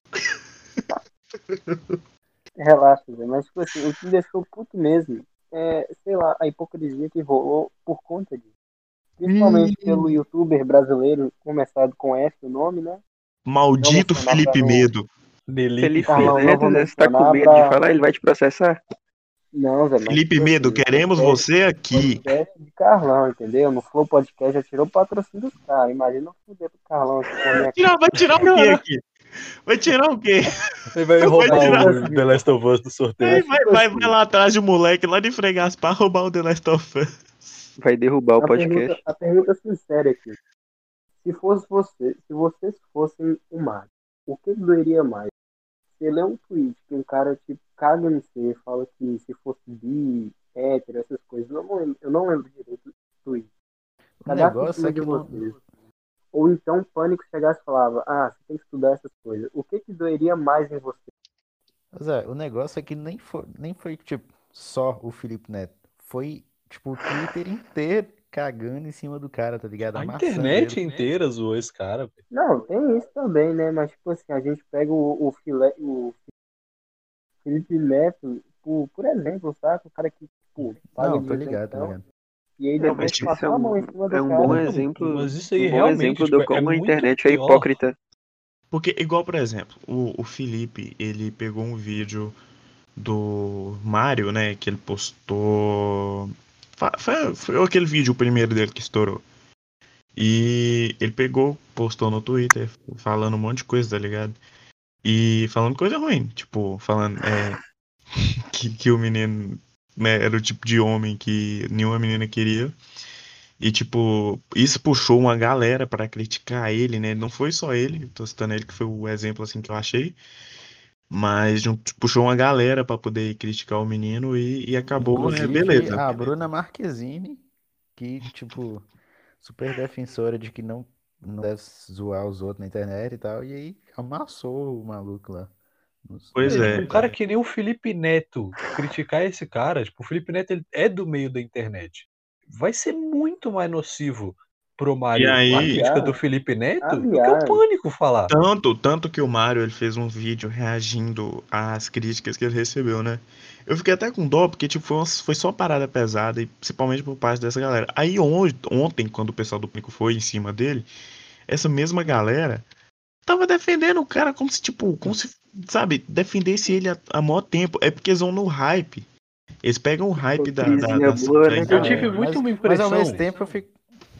Speaker 4: Relaxa, velho. Mas, tipo assim, o que me deixou puto mesmo é, sei lá, a hipocrisia que rolou por conta disso. Principalmente pelo
Speaker 1: Hum,
Speaker 4: youtuber brasileiro, começado com F o nome, né? Não
Speaker 1: maldito
Speaker 4: mencionar pra
Speaker 1: Felipe
Speaker 4: não.
Speaker 1: Medo.
Speaker 2: Nelipe
Speaker 5: Felipe
Speaker 4: Carlão,
Speaker 2: Feito.
Speaker 4: não
Speaker 5: Neto,
Speaker 4: vou
Speaker 5: Zé, você tá com
Speaker 4: mencionar
Speaker 5: medo de
Speaker 4: pra.
Speaker 5: falar? Ele vai te processar?
Speaker 4: Não, Zé, mas
Speaker 1: Felipe
Speaker 4: tipo
Speaker 1: Medo,
Speaker 4: assim,
Speaker 1: queremos
Speaker 4: podcast,
Speaker 1: você aqui.
Speaker 4: podcast de Carlão, entendeu? No Flow Podcast já tirou o patrocínio dos caras. Imagina eu fuder pro Carlão aqui por minha
Speaker 1: Tirar,
Speaker 4: conta.
Speaker 1: vai tirar o quê
Speaker 2: Cara,
Speaker 1: aqui? Vai tirar o quê?
Speaker 2: ele vai
Speaker 1: Vai
Speaker 4: Mas
Speaker 2: roubar
Speaker 4: tipo
Speaker 1: tirar.
Speaker 2: o The
Speaker 4: assim,
Speaker 2: Last of Us do
Speaker 1: Vai,
Speaker 2: sorteio.
Speaker 4: mas
Speaker 1: vai,
Speaker 4: tipo
Speaker 1: vai, vai
Speaker 4: assim,
Speaker 1: lá atrás de um moleque lá de Fregaspar roubar o The Last of Us.
Speaker 5: Vai derrubar o
Speaker 4: a pergunta,
Speaker 5: podcast.
Speaker 4: a pergunta sincera aqui. Se fosse você, se vocês fossem o Mario, o que que doeria mais? Você lê um tweet que um cara, tipo, caga em você, fala que se fosse bi, hétero, essas coisas, eu não lembro, eu não lembro direito do tweet.
Speaker 3: O
Speaker 4: Cagar por
Speaker 3: negócio é
Speaker 4: cima de
Speaker 3: que não.
Speaker 4: você. Ou então o Pânico chegasse e falava, ah, você tem que estudar essas coisas. O que que doeria mais em você?
Speaker 3: Mas, é, o negócio é que nem foi, nem foi, tipo, só o Felipe Neto. Foi, tipo, o Twitter inteiro cagando em cima do cara, tá ligado?
Speaker 2: A
Speaker 3: Amassando ele.
Speaker 2: internet inteira zoou esse cara, velho.
Speaker 4: Não, tem isso também, né? Mas, tipo assim, a gente pega o, o, filé, o Felipe Neto, por, por exemplo, sabe? O cara que, tipo, paga
Speaker 3: Não,
Speaker 4: de
Speaker 3: tô ligado, tô
Speaker 4: isentão.
Speaker 3: ligado.
Speaker 4: E aí
Speaker 1: Não, mas
Speaker 4: depois
Speaker 1: tipo,
Speaker 5: Isso é
Speaker 4: passar a mão em
Speaker 5: um,
Speaker 4: cima
Speaker 5: é
Speaker 4: do
Speaker 5: um bom
Speaker 4: cara.
Speaker 2: Não,
Speaker 5: exemplo,
Speaker 2: mas isso aí
Speaker 5: um bom
Speaker 2: realmente,
Speaker 5: exemplo
Speaker 2: tipo,
Speaker 5: do
Speaker 2: é, é
Speaker 5: como a
Speaker 2: muito
Speaker 5: internet é
Speaker 2: pior.
Speaker 5: hipócrita.
Speaker 1: porque igual, por exemplo, o, o Felipe, ele pegou um vídeo do Mario, né, que ele postou... fa- Foi, foi aquele vídeo, o primeiro dele que estourou. E ele pegou, postou no Twitter, falando um monte de coisa, tá ligado? E falando coisa ruim, tipo, falando é, que, que o menino, né, era o tipo de homem que nenhuma menina queria. E, tipo, isso puxou uma galera pra criticar ele, né? Não foi só ele, tô citando ele que foi o exemplo, assim, que eu achei. Mas jun- puxou uma galera pra poder criticar o menino e, e acabou, é,
Speaker 3: Inclusive,
Speaker 1: beleza.
Speaker 3: a Bruna Marquezine, que, tipo, super defensora de que não, não deve zoar os outros na internet e tal, e aí amassou o maluco lá nos,
Speaker 1: Pois
Speaker 3: nos
Speaker 2: É, tipo,
Speaker 1: é.
Speaker 2: um cara
Speaker 3: comentários.
Speaker 2: que nem o Felipe Neto criticar esse cara, tipo, o Felipe Neto ele é do meio da internet. Vai ser muito mais nocivo pro
Speaker 1: E
Speaker 2: Mário a
Speaker 1: aí,
Speaker 2: crítica do
Speaker 4: Aliás,
Speaker 2: Felipe Neto do que o
Speaker 4: aliás,
Speaker 2: Pânico falar.
Speaker 1: tanto, tanto que o Mário ele fez um vídeo reagindo às críticas que ele recebeu, né? Eu fiquei até com dó, porque tipo, foi, uma- foi só uma parada pesada, e principalmente por parte dessa galera. Aí on- ontem, quando o pessoal do Pânico foi em cima dele, essa mesma galera tava defendendo o cara como se, tipo, como se, sabe, defendesse ele a, a maior tempo. É porque eles vão no hype. Eles pegam o hype da, da,
Speaker 5: Hipocrisia
Speaker 1: da,
Speaker 5: boa,
Speaker 1: da
Speaker 5: né,
Speaker 2: Eu
Speaker 3: Não,
Speaker 5: cara?
Speaker 2: tive
Speaker 3: é,
Speaker 2: muito
Speaker 3: mas,
Speaker 2: uma
Speaker 3: mas ao mesmo
Speaker 2: impressão,
Speaker 3: tempo eu fico.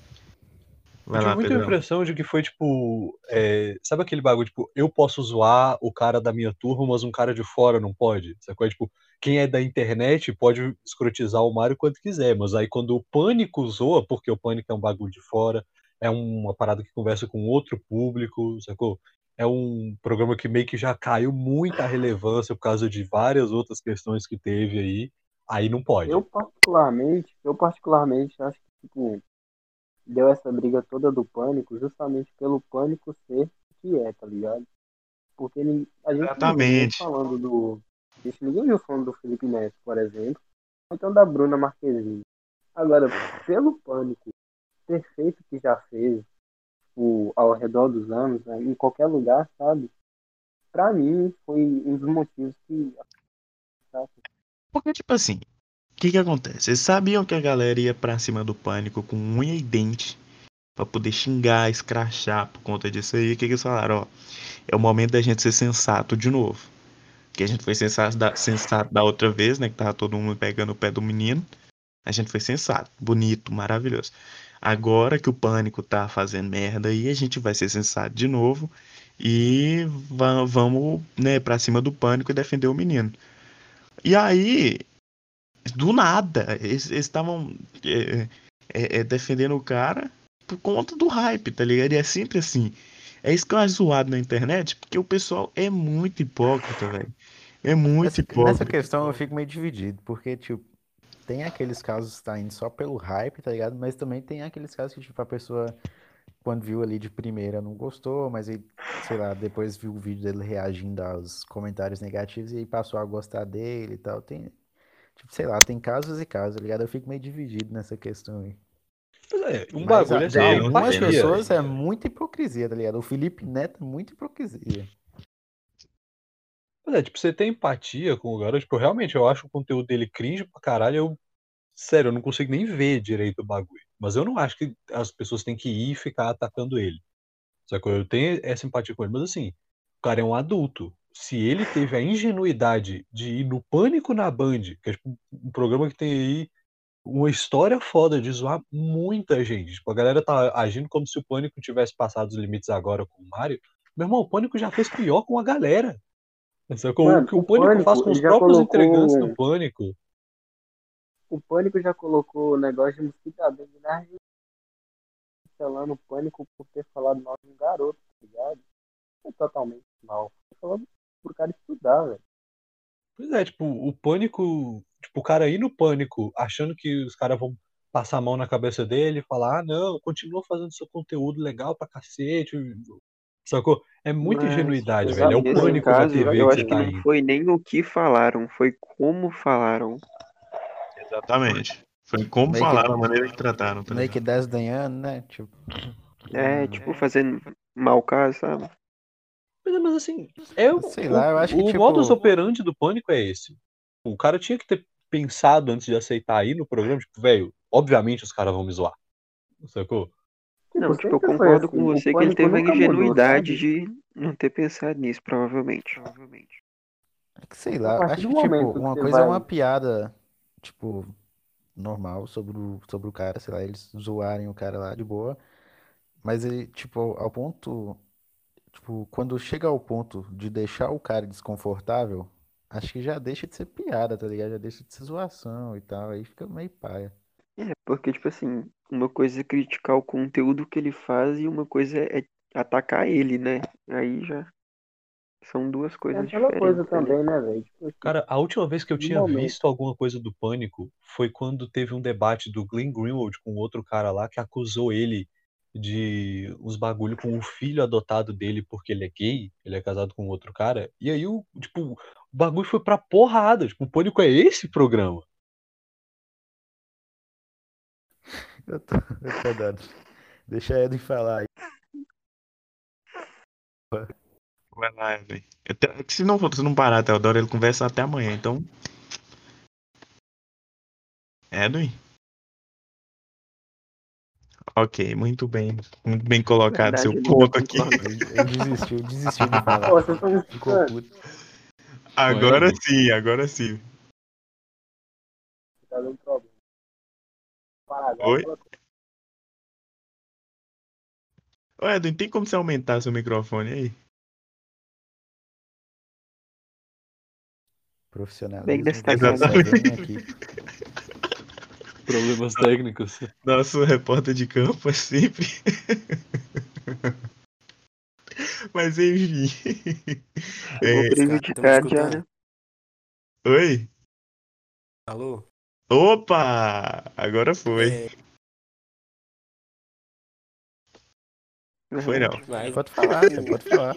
Speaker 2: eu
Speaker 1: Vai
Speaker 2: tive
Speaker 1: lá,
Speaker 2: muito uma
Speaker 1: Pedrão.
Speaker 2: impressão de que foi tipo, é, sabe aquele bagulho, tipo, eu posso zoar o cara da minha turma, mas um cara de fora não pode? Sacou? É, tipo, quem é da internet pode escrotizar o Mário quanto quiser, mas aí quando o Pânico zoa, porque o Pânico é um bagulho de fora, é uma parada que conversa com outro público, sacou? É um programa que meio que já caiu muita relevância por causa de várias outras questões que teve aí, aí não
Speaker 4: eu
Speaker 2: pode.
Speaker 4: particularmente, eu particularmente acho que, tipo, deu essa briga toda do Pânico justamente pelo Pânico ser o que é, tá ligado? Porque nin- a gente não viu ninguém
Speaker 1: Exatamente.
Speaker 4: falando do. A gente ninguém viu falando do Felipe Neto, por exemplo, ou então da Bruna Marquezine. Agora, pelo Pânico ter feito o que já fez o, ao redor dos anos, né, em qualquer lugar, sabe? Pra mim, foi um dos motivos que. Sabe?
Speaker 1: Porque, tipo assim, o que que acontece? Eles sabiam que a galera ia pra cima do Pânico com unha e dente pra poder xingar, escrachar por conta disso aí. O que que eles falaram? Ó, é o momento da gente ser sensato de novo. Que a gente foi sensato da, sensato da outra vez, né? Que tava todo mundo pegando o pé do menino. A gente foi sensato, bonito, maravilhoso. Agora que o Pânico tá fazendo merda aí, a gente vai ser sensato de novo e va- vamos, né, pra cima do Pânico e defender o menino. E aí, do nada, eles eles estavam é, é, é, defendendo o cara por conta do hype, tá ligado? E é sempre assim. É isso que eu acho zoado na internet, porque o pessoal é muito hipócrita, velho. É muito
Speaker 3: Nessa, nessa
Speaker 1: hipócrita.
Speaker 3: questão eu fico meio dividido, porque, tipo, tem aqueles casos que tá indo só pelo hype, tá ligado? Mas também tem aqueles casos que, tipo, a pessoa, quando viu ali de primeira, não gostou, mas aí, sei lá, depois viu o vídeo dele reagindo aos comentários negativos e aí passou a gostar dele e tal. Tem, tipo, sei lá, tem casos e casos, tá ligado? Eu fico meio dividido nessa questão aí.
Speaker 2: Pois é, um
Speaker 3: Mas a-
Speaker 2: bagulho é
Speaker 3: de
Speaker 2: você ter
Speaker 1: Sei, não
Speaker 3: algumas
Speaker 1: sei, não
Speaker 2: empatia.
Speaker 1: sei.
Speaker 3: pessoas é muita hipocrisia, tá ligado? O Felipe Neto é muita hipocrisia.
Speaker 2: Pois é, tipo, você tem empatia com o garoto, tipo, realmente eu acho o conteúdo dele cringe pra caralho, eu, sério, eu não consigo nem ver direito o bagulho. Mas eu não acho que as pessoas têm que ir e ficar atacando ele. Só que eu tenho essa empatia com ele, mas assim, o cara é um adulto. Se ele teve a ingenuidade de ir no Pânico na Band, que é tipo um programa que tem aí uma história foda de zoar muita gente. Tipo, a galera tá agindo como se o Pânico tivesse passado os limites agora com o Mário. Meu irmão, o Pânico já fez pior com a galera. Só que O
Speaker 4: Mano,
Speaker 2: que o
Speaker 4: o
Speaker 2: Pânico faz
Speaker 4: Pânico,
Speaker 2: com os
Speaker 4: ele já
Speaker 2: próprios integrantes do
Speaker 4: colocou.
Speaker 2: Pânico.
Speaker 4: O Pânico já colocou o negócio de mosquito adentro na gente, cancelando o Pânico por ter falado mal de um garoto, tá ligado? É totalmente. mal. Foi falando pro cara estudar, velho.
Speaker 2: Pois é, tipo, o pânico. Tipo, o cara ir no pânico achando que os caras vão passar a mão na cabeça dele e falar, ah, não, continua fazendo seu conteúdo legal pra cacete. Sacou? É muita
Speaker 5: Mas,
Speaker 2: ingenuidade,
Speaker 5: tipo,
Speaker 2: velho. É o
Speaker 4: Exatamente.
Speaker 5: nesse
Speaker 2: pânico da
Speaker 5: caso,
Speaker 2: T V
Speaker 5: eu
Speaker 2: que
Speaker 5: acho
Speaker 2: você
Speaker 5: que
Speaker 2: tá
Speaker 5: não
Speaker 2: indo.
Speaker 5: foi nem o que falaram, foi como falaram.
Speaker 1: Exatamente. Foi como
Speaker 3: Meio que,
Speaker 1: falaram, a maneira que trataram, tá
Speaker 3: meio que
Speaker 1: ligado?
Speaker 3: desdenhando, né? Tipo,
Speaker 5: É, tipo, fazendo mau caso, sabe?
Speaker 2: Mas, mas assim, é o,
Speaker 3: sei
Speaker 2: o,
Speaker 3: lá, eu acho que,
Speaker 2: o modus
Speaker 3: tipo,
Speaker 2: operandi do pânico é esse. O cara tinha que ter pensado antes de aceitar ir no programa, tipo, velho, obviamente os caras vão me zoar. Sacou?
Speaker 5: Não,
Speaker 4: Tipo,
Speaker 5: tipo, eu
Speaker 4: sempre foi
Speaker 5: concordo com
Speaker 4: assim. O
Speaker 5: você que ele
Speaker 4: pânico
Speaker 5: teve a
Speaker 4: nunca mudou,
Speaker 5: ingenuidade
Speaker 4: sabe?
Speaker 5: de não ter pensado nisso, provavelmente.
Speaker 3: é que sei
Speaker 4: A
Speaker 3: lá,
Speaker 4: partir
Speaker 3: acho
Speaker 4: do
Speaker 3: que, tipo,
Speaker 4: momento que
Speaker 3: uma
Speaker 4: você
Speaker 3: coisa é uma
Speaker 4: vai.
Speaker 3: piada, tipo, normal sobre o, sobre o cara, sei lá, eles zoarem o cara lá de boa, mas ele, tipo, ao ponto, tipo, quando chega ao ponto de deixar o cara desconfortável, acho que já deixa de ser piada, tá ligado? Já deixa de ser zoação e tal, aí fica meio paia.
Speaker 5: É, porque, tipo assim, uma coisa é criticar o conteúdo que ele faz e uma coisa é atacar ele, né? Aí já são duas
Speaker 4: É
Speaker 5: coisas
Speaker 4: aquela coisa
Speaker 5: diferentes ali.
Speaker 4: também, né, velho? Tipo assim,
Speaker 2: Cara, a última vez que eu
Speaker 4: no
Speaker 2: tinha
Speaker 4: momento.
Speaker 2: visto alguma coisa do Pânico foi quando teve um debate do Glenn Greenwald com outro cara lá que acusou ele de uns bagulho com o filho adotado dele porque ele é gay, ele é casado com outro cara. E aí o, tipo, o bagulho foi pra porrada. Tipo, o Pânico é esse programa.
Speaker 3: Eu tô, eu tô dando. Deixa a Edwin falar aí.
Speaker 1: Vai lá, velho. Se não, se não parar, Teodoro, ele conversa até amanhã, então. Edwin? Ok, muito bem. Muito bem colocado seu
Speaker 5: Verdade, ele ainda
Speaker 1: ponto aqui.
Speaker 5: concorda.
Speaker 3: Ele, ele desistiu, desistiu de falar.
Speaker 4: Pô, vocês estão me
Speaker 3: Ficou
Speaker 4: escutando?
Speaker 3: puto.
Speaker 1: Agora
Speaker 2: Edwin.
Speaker 1: sim, agora sim.
Speaker 4: Tá dando problema. Paraguai,
Speaker 1: Oi?
Speaker 4: aquela
Speaker 1: Ô, Edwin, tem como você aumentar seu microfone aí?
Speaker 5: Bem
Speaker 3: Profissionalismo
Speaker 5: destacado.
Speaker 3: dezessete bem
Speaker 1: Exatamente.
Speaker 3: aqui.
Speaker 2: Problemas técnicos.
Speaker 1: Nosso repórter de campo é sempre. Mas enfim.
Speaker 5: Chegou
Speaker 1: É,
Speaker 6: Cara, estão me
Speaker 5: prejudicado já,
Speaker 6: escutando?
Speaker 5: né?
Speaker 1: Oi?
Speaker 6: Alô?
Speaker 1: Opa! Agora foi.
Speaker 6: É,
Speaker 1: Foi não.
Speaker 5: Verdade.
Speaker 6: mas
Speaker 3: Pode falar, você
Speaker 6: o-
Speaker 3: pode falar.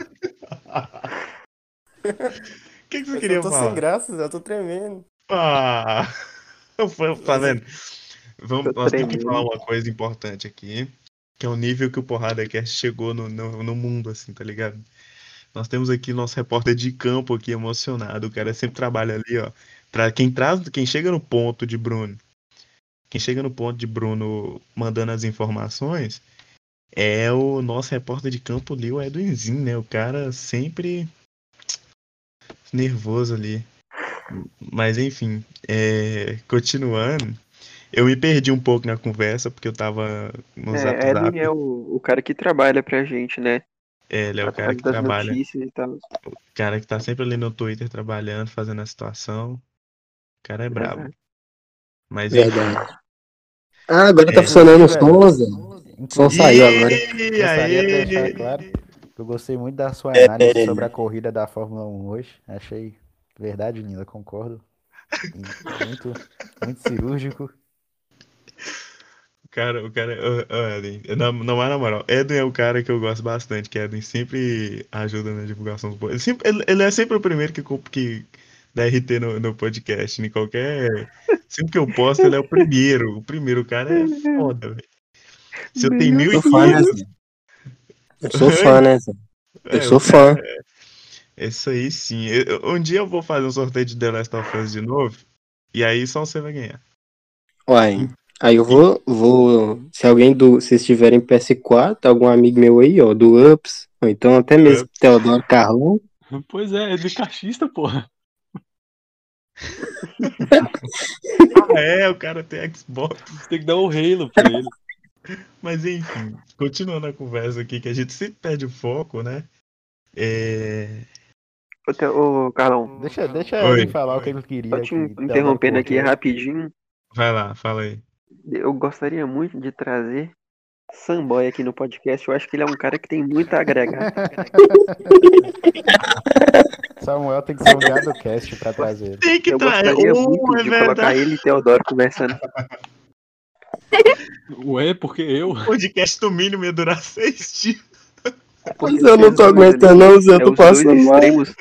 Speaker 1: O que, que você
Speaker 6: eu só
Speaker 1: queria
Speaker 6: tô sem
Speaker 1: falar?
Speaker 6: graça, eu tô tremendo.
Speaker 1: Ah! Foi- Tá
Speaker 6: Mas, é-
Speaker 1: vendo? Vamos,
Speaker 5: Tô
Speaker 1: nós temos que falar
Speaker 5: tremendo.
Speaker 1: uma coisa importante aqui, que é o nível que o Porrada Cast chegou no, no, no mundo, assim, tá ligado? Nós temos aqui nosso repórter de campo aqui emocionado, o cara sempre trabalha ali, ó. Pra quem traz, quem chega no ponto de Bruno, quem chega no ponto de Bruno mandando as informações, é o nosso repórter de campo ali, o Edwinzinho, né? O cara sempre nervoso ali. Mas enfim, é, continuando, eu me perdi um pouco na conversa, porque eu tava no Zap
Speaker 5: É, Edwin é
Speaker 1: Zap.
Speaker 5: o, o cara que trabalha pra gente, né?
Speaker 1: É, ele é o cara
Speaker 5: Atrás
Speaker 1: que
Speaker 5: das
Speaker 1: trabalha,
Speaker 5: notícias e tal.
Speaker 1: o cara que tá sempre ali no Twitter trabalhando, fazendo a situação. O cara é brabo.
Speaker 5: Verdade.
Speaker 1: Mas enfim.
Speaker 6: Verdade. Ah, agora tá
Speaker 1: É...
Speaker 6: funcionando o
Speaker 3: Inclusive, Edwin,
Speaker 6: som, Zé. O som
Speaker 3: inclusive,
Speaker 6: saiu
Speaker 3: eu
Speaker 6: agora.
Speaker 1: Ih,
Speaker 3: gostaria de deixar
Speaker 1: aê!
Speaker 3: claro que eu gostei muito da sua
Speaker 6: É,
Speaker 3: análise sobre a corrida da Fórmula um hoje. Achei verdade linda, concordo. E muito, muito cirúrgico.
Speaker 1: O cara, o cara, ô, ô, Eden, não, não é na moral. Eden é o cara que eu gosto bastante, que Eden sempre ajuda na divulgação do podcast. Ele, sempre- ele- ele é sempre o primeiro que, co- que dá R T no, no podcast, em qualquer. Sempre que eu posto, ele é o primeiro. O primeiro, o cara é foda, velho. Se eu tenho
Speaker 5: Bem
Speaker 1: mil e
Speaker 6: Sou fã, né,
Speaker 5: assim.
Speaker 1: quinhentos.
Speaker 6: Zé? Eu sou fã, né, Zé? Eu
Speaker 1: É, o
Speaker 6: sou
Speaker 1: cara.
Speaker 6: fã.
Speaker 1: Isso aí sim. Eu- um dia eu vou fazer um sorteio de The Last of Us de novo. E aí só você vai ganhar.
Speaker 6: Uai. Aí eu
Speaker 1: E-
Speaker 6: vou, vou. Se alguém do. Se estiverem P S quatro, algum amigo meu aí, ó, do Ups, ou então até mesmo Teodoro Carlão.
Speaker 2: Pois é, Edwin cachista, porra.
Speaker 1: Ah, é, o cara tem Xbox.
Speaker 2: Você tem que dar o Halo pra ele.
Speaker 1: Mas enfim, continuando a conversa aqui, que a gente sempre perde o foco, né? É...
Speaker 5: Ô, Te- ô, Carlão,
Speaker 3: Deixa, deixa a Edwin
Speaker 1: Oi,
Speaker 3: falar o que ele
Speaker 5: só
Speaker 3: queria
Speaker 5: te
Speaker 3: que Teodoro
Speaker 5: interrompendo aqui
Speaker 3: cortou.
Speaker 5: rapidinho.
Speaker 1: vai lá, fala aí.
Speaker 5: Eu gostaria muito de trazer Samboy aqui no podcast, eu acho que ele é um cara que tem muito a agregar.
Speaker 3: Samuel tem que ser um GadoCast pra trazer ele.
Speaker 1: Tem que
Speaker 5: Eu
Speaker 1: trazer.
Speaker 5: gostaria
Speaker 1: Oh,
Speaker 5: muito
Speaker 1: é
Speaker 5: de colocar
Speaker 1: verdade.
Speaker 5: ele e Teodoro conversando.
Speaker 2: Ué, porque eu.
Speaker 1: O podcast no mínimo ia durar seis dias.
Speaker 5: Porque
Speaker 6: Mas eu não
Speaker 5: vocês
Speaker 6: tô
Speaker 5: dois ali,
Speaker 6: aguentando, não, Zé, eu
Speaker 5: é
Speaker 6: tô
Speaker 5: os dois
Speaker 6: passando mal.
Speaker 5: extremos.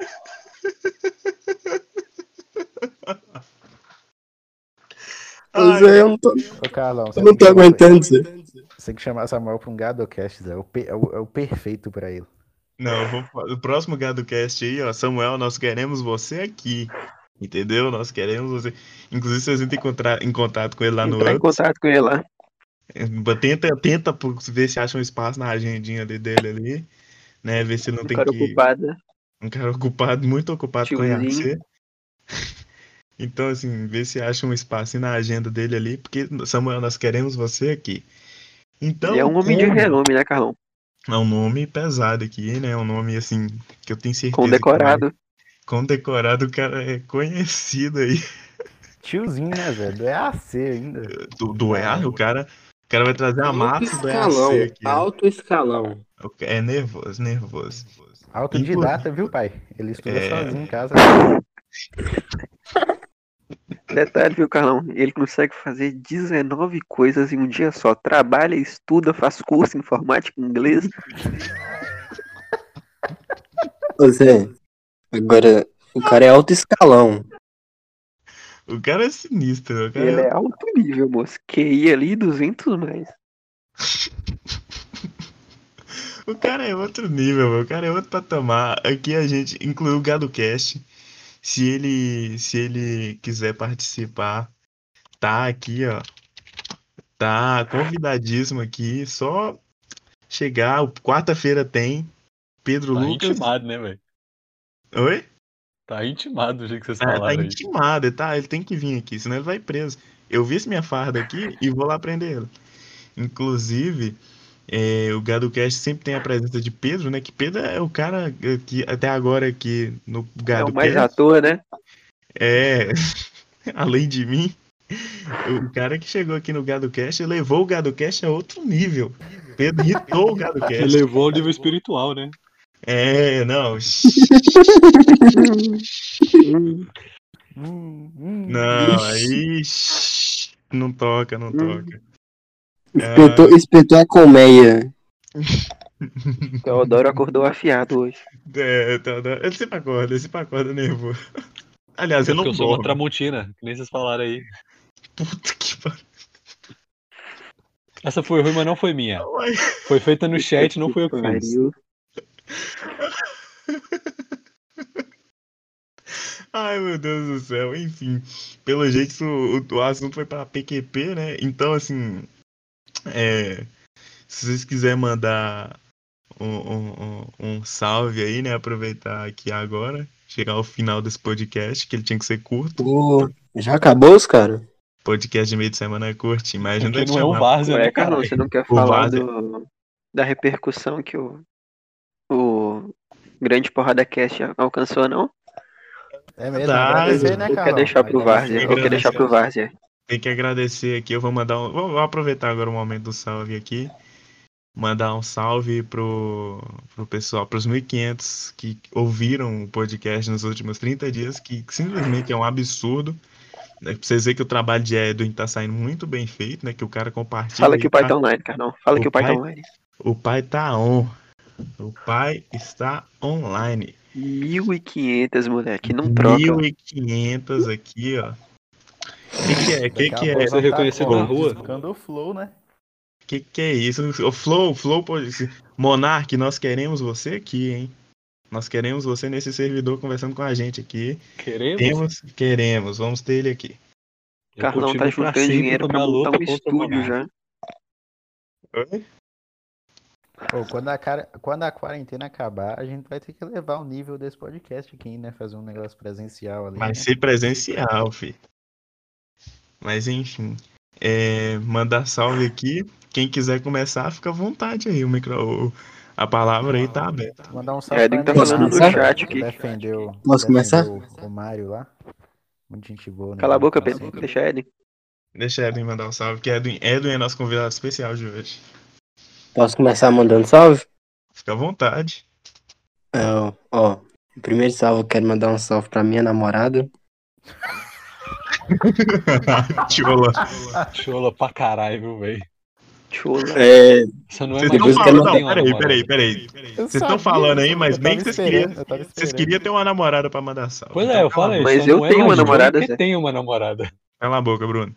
Speaker 6: Ô,
Speaker 1: Ai,
Speaker 6: Zé, eu não tô,
Speaker 3: Ô, Carlão,
Speaker 6: eu
Speaker 3: você
Speaker 6: não
Speaker 3: tem que
Speaker 6: tô
Speaker 3: chamar,
Speaker 6: aguentando, Zé.
Speaker 3: você tem que chamar Samuel pra um GadoCast, Zé. É o, pe- é o- é o perfeito pra ele.
Speaker 1: não, eu vou, fa- o próximo GadoCast aí, ó, Samuel, nós queremos você aqui. Entendeu? Nós queremos você. Inclusive, vocês entram em, contra- em contato com ele lá no
Speaker 5: Entrar em
Speaker 1: Ups.
Speaker 5: contato com ele lá.
Speaker 1: Tenta, tenta por- ver se acha um espaço na agendinha ali dele ali, né? Ver se ele não
Speaker 5: Um
Speaker 1: tem
Speaker 5: cara
Speaker 1: que.
Speaker 5: ocupado, né?
Speaker 1: Um cara ocupado, muito ocupado com
Speaker 5: Tiozinho.
Speaker 1: I A C. Então, assim, ver se acha um espaço na agenda dele ali, porque, Samuel, nós queremos você aqui. Então,
Speaker 5: Ele é um homem de
Speaker 1: como-
Speaker 5: renome, né, Carlão?
Speaker 1: É um nome pesado aqui, né? É um nome, assim, que eu tenho certeza que
Speaker 5: Condecorado.
Speaker 1: vai- condecorado, o cara é conhecido aí.
Speaker 3: Tiozinho, né, Zé? Do E A C ainda.
Speaker 1: Do, do E A C, o cara, o cara vai trazer a
Speaker 6: Alto
Speaker 1: massa do E A C
Speaker 6: escalão,
Speaker 1: aqui. ó.
Speaker 6: alto escalão.
Speaker 1: É nervoso, nervoso.
Speaker 3: Autodidata, viu, pai? Ele estuda
Speaker 1: É.
Speaker 3: sozinho em casa.
Speaker 5: Detalhe, viu, Carlão? Ele consegue fazer dezenove coisas em um dia só. Trabalha, estuda, faz curso, informática, inglês.
Speaker 6: Ô, Zé, agora, o cara é alto escalão.
Speaker 1: O cara é sinistro. O cara
Speaker 5: Ele
Speaker 1: é...
Speaker 5: é alto nível, moço. Q I ali, duzentos mais.
Speaker 1: O cara é outro nível, meu. O cara é outro patamar. Aqui a gente incluiu o GadoCast. Se ele, se ele quiser participar, tá aqui, ó. Tá convidadíssimo aqui. Só chegar. Quarta-feira tem. Pedro
Speaker 2: Tá
Speaker 1: Lucas.
Speaker 2: intimado, né, velho?
Speaker 1: Oi?
Speaker 2: Tá intimado do jeito que vocês
Speaker 1: Tá, tá
Speaker 2: falaram aí.
Speaker 1: intimado, tá? Ele tem que vir aqui, senão ele vai preso. Eu vi minha farda aqui e vou lá prender ele. Inclusive, é, o GadoCast sempre tem a presença de Pedro, né? Que Pedro é o cara que até agora aqui no
Speaker 5: É o mais
Speaker 1: GadoCast
Speaker 5: à toa, né?
Speaker 1: é, além de mim, o cara que chegou aqui no GadoCast levou o GadoCast a outro nível. Pedro irritou o
Speaker 2: Ele
Speaker 1: GadoCast.
Speaker 2: levou ao nível espiritual, né?
Speaker 1: É, não.
Speaker 5: Hum,
Speaker 3: Hum, hum.
Speaker 1: Não,
Speaker 6: Ixi.
Speaker 1: aí. Não toca, não
Speaker 5: Hum.
Speaker 1: toca.
Speaker 6: Espetou, espetou a colmeia.
Speaker 5: Teodoro acordou afiado hoje.
Speaker 1: É, Teodoro, ele sempre acorda, ele sempre acorda nervoso. Aliás,
Speaker 2: É
Speaker 1: eu não
Speaker 2: porque eu sou uma
Speaker 1: dorme.
Speaker 2: tramontina, que nem vocês falaram aí.
Speaker 1: Puta que pariu.
Speaker 2: Essa foi ruim, mas não foi minha.
Speaker 1: Uai.
Speaker 2: Foi feita no chat, não fui eu que fiz.
Speaker 5: Pariu.
Speaker 1: Ai, meu Deus do céu. Enfim, pelo jeito o, o assunto foi pra P Q P, né? Então, assim, é, se vocês quiserem mandar um, um, um, um salve aí, né? Aproveitar aqui agora, chegar ao final desse podcast, que ele tinha que ser curto.
Speaker 6: Pô, já acabou os caras?
Speaker 1: Podcast de meio de semana é curtinho, mas a gente vai
Speaker 2: Porque
Speaker 1: te
Speaker 2: não é um
Speaker 1: chamar.
Speaker 2: várzea,
Speaker 5: Ué,
Speaker 2: né,
Speaker 5: Carlão,
Speaker 2: cara?
Speaker 5: você não quer
Speaker 1: O
Speaker 5: falar
Speaker 1: Várzea.
Speaker 5: do, da repercussão que o, o Grande Porrada Cast alcançou, não?
Speaker 3: É mesmo,
Speaker 1: Verdade.
Speaker 3: agradecer, né,
Speaker 5: Ou quer
Speaker 3: Carlão?
Speaker 5: deixar pro
Speaker 3: Agradecer.
Speaker 5: Várzea? Ou quer deixar pro Várzea?
Speaker 1: Tem que agradecer aqui, eu vou mandar um. Vou, vou aproveitar agora o momento do salve aqui. Mandar um salve pro, pro pessoal, pros mil e quinhentos que ouviram o podcast nos últimos trinta dias, que simplesmente é um absurdo. Né? Pra vocês verem que o trabalho de Edwin tá saindo muito bem feito, né? Que o cara compartilha.
Speaker 5: Fala que
Speaker 1: aí,
Speaker 5: o pai
Speaker 1: tá-
Speaker 5: tá online, Carlão. Fala
Speaker 1: O
Speaker 5: que o pai tá
Speaker 1: pai-
Speaker 5: online.
Speaker 1: O pai tá on. O pai está online.
Speaker 5: mil e quinhentos, moleque. Não troca.
Speaker 1: mil e quinhentos aqui, ó. O que, que é? Que
Speaker 3: Daqui a
Speaker 1: que é?
Speaker 3: pouco
Speaker 2: Você
Speaker 3: nós tá
Speaker 2: reconheceu
Speaker 3: como?
Speaker 2: na rua?
Speaker 3: Buscando o flow, né?
Speaker 1: Que que é isso? O Flow, o Flow pode... Monark, nós queremos você aqui, hein? Nós queremos você nesse servidor conversando com a gente aqui.
Speaker 2: Queremos?
Speaker 1: Temos, queremos, vamos ter ele aqui.
Speaker 2: Eu
Speaker 5: Carlão tá
Speaker 2: continuo pra
Speaker 5: juntando
Speaker 2: sempre
Speaker 5: dinheiro
Speaker 2: com a
Speaker 5: pra
Speaker 2: minha
Speaker 5: montar
Speaker 2: luta
Speaker 5: um
Speaker 2: contra o
Speaker 5: estúdio
Speaker 2: Monark.
Speaker 5: já.
Speaker 1: Oi?
Speaker 3: Pô, quando, a cara... quando a quarentena acabar, a gente vai ter que levar o nível desse podcast aqui, né? Fazer um negócio presencial ali.
Speaker 1: Vai
Speaker 3: né?
Speaker 1: ser presencial, fi. Mas enfim, é, mandar salve aqui. Quem quiser começar, fica à vontade aí. O micro, o- a palavra aí tá aberta.
Speaker 3: Mandar um salve
Speaker 5: É, tem
Speaker 3: pra
Speaker 5: que tá
Speaker 6: falando no
Speaker 3: Neymar,
Speaker 5: chat
Speaker 3: que
Speaker 5: aqui.
Speaker 3: defendeu,
Speaker 6: Posso
Speaker 3: defendeu
Speaker 6: começar?
Speaker 3: o, o Mário lá. Muita gente boa, né?
Speaker 5: Cala a boca,
Speaker 3: Tá
Speaker 5: Pedro.
Speaker 3: sempre.
Speaker 5: Deixa Eden.
Speaker 1: Deixa Edwin mandar um salve, que Edwin, Edwin é nosso convidado especial de hoje.
Speaker 6: Posso começar mandando salve?
Speaker 1: Fica à vontade.
Speaker 6: É, ó, o primeiro salve eu quero mandar um salve pra minha namorada.
Speaker 1: Chola.
Speaker 2: Chola pra caralho, viu, velho?
Speaker 5: Chola.
Speaker 6: É,
Speaker 2: Você não é
Speaker 1: Vocês
Speaker 2: mais
Speaker 6: Depois
Speaker 1: estão
Speaker 6: que
Speaker 2: chola,
Speaker 6: ela
Speaker 1: falando.
Speaker 2: tem
Speaker 1: Não,
Speaker 2: uma
Speaker 1: peraí,
Speaker 2: namorada.
Speaker 1: peraí, peraí.
Speaker 3: Eu
Speaker 1: Vocês estão
Speaker 3: sabia,
Speaker 1: falando aí,
Speaker 3: eu
Speaker 1: mas
Speaker 3: tava
Speaker 1: bem que vocês
Speaker 3: esperando,
Speaker 1: queriam.
Speaker 3: eu tava
Speaker 1: Vocês
Speaker 3: esperando.
Speaker 1: queriam ter uma namorada pra mandar salve.
Speaker 2: Pois
Speaker 1: Então,
Speaker 2: é, eu
Speaker 1: cala a
Speaker 2: falei,
Speaker 1: boca.
Speaker 5: Mas
Speaker 2: só
Speaker 5: eu
Speaker 2: não é
Speaker 5: tenho uma
Speaker 2: mais chola
Speaker 5: namorada,
Speaker 2: porque
Speaker 5: Zé.
Speaker 2: tem uma namorada.
Speaker 1: Cala a boca, Bruno.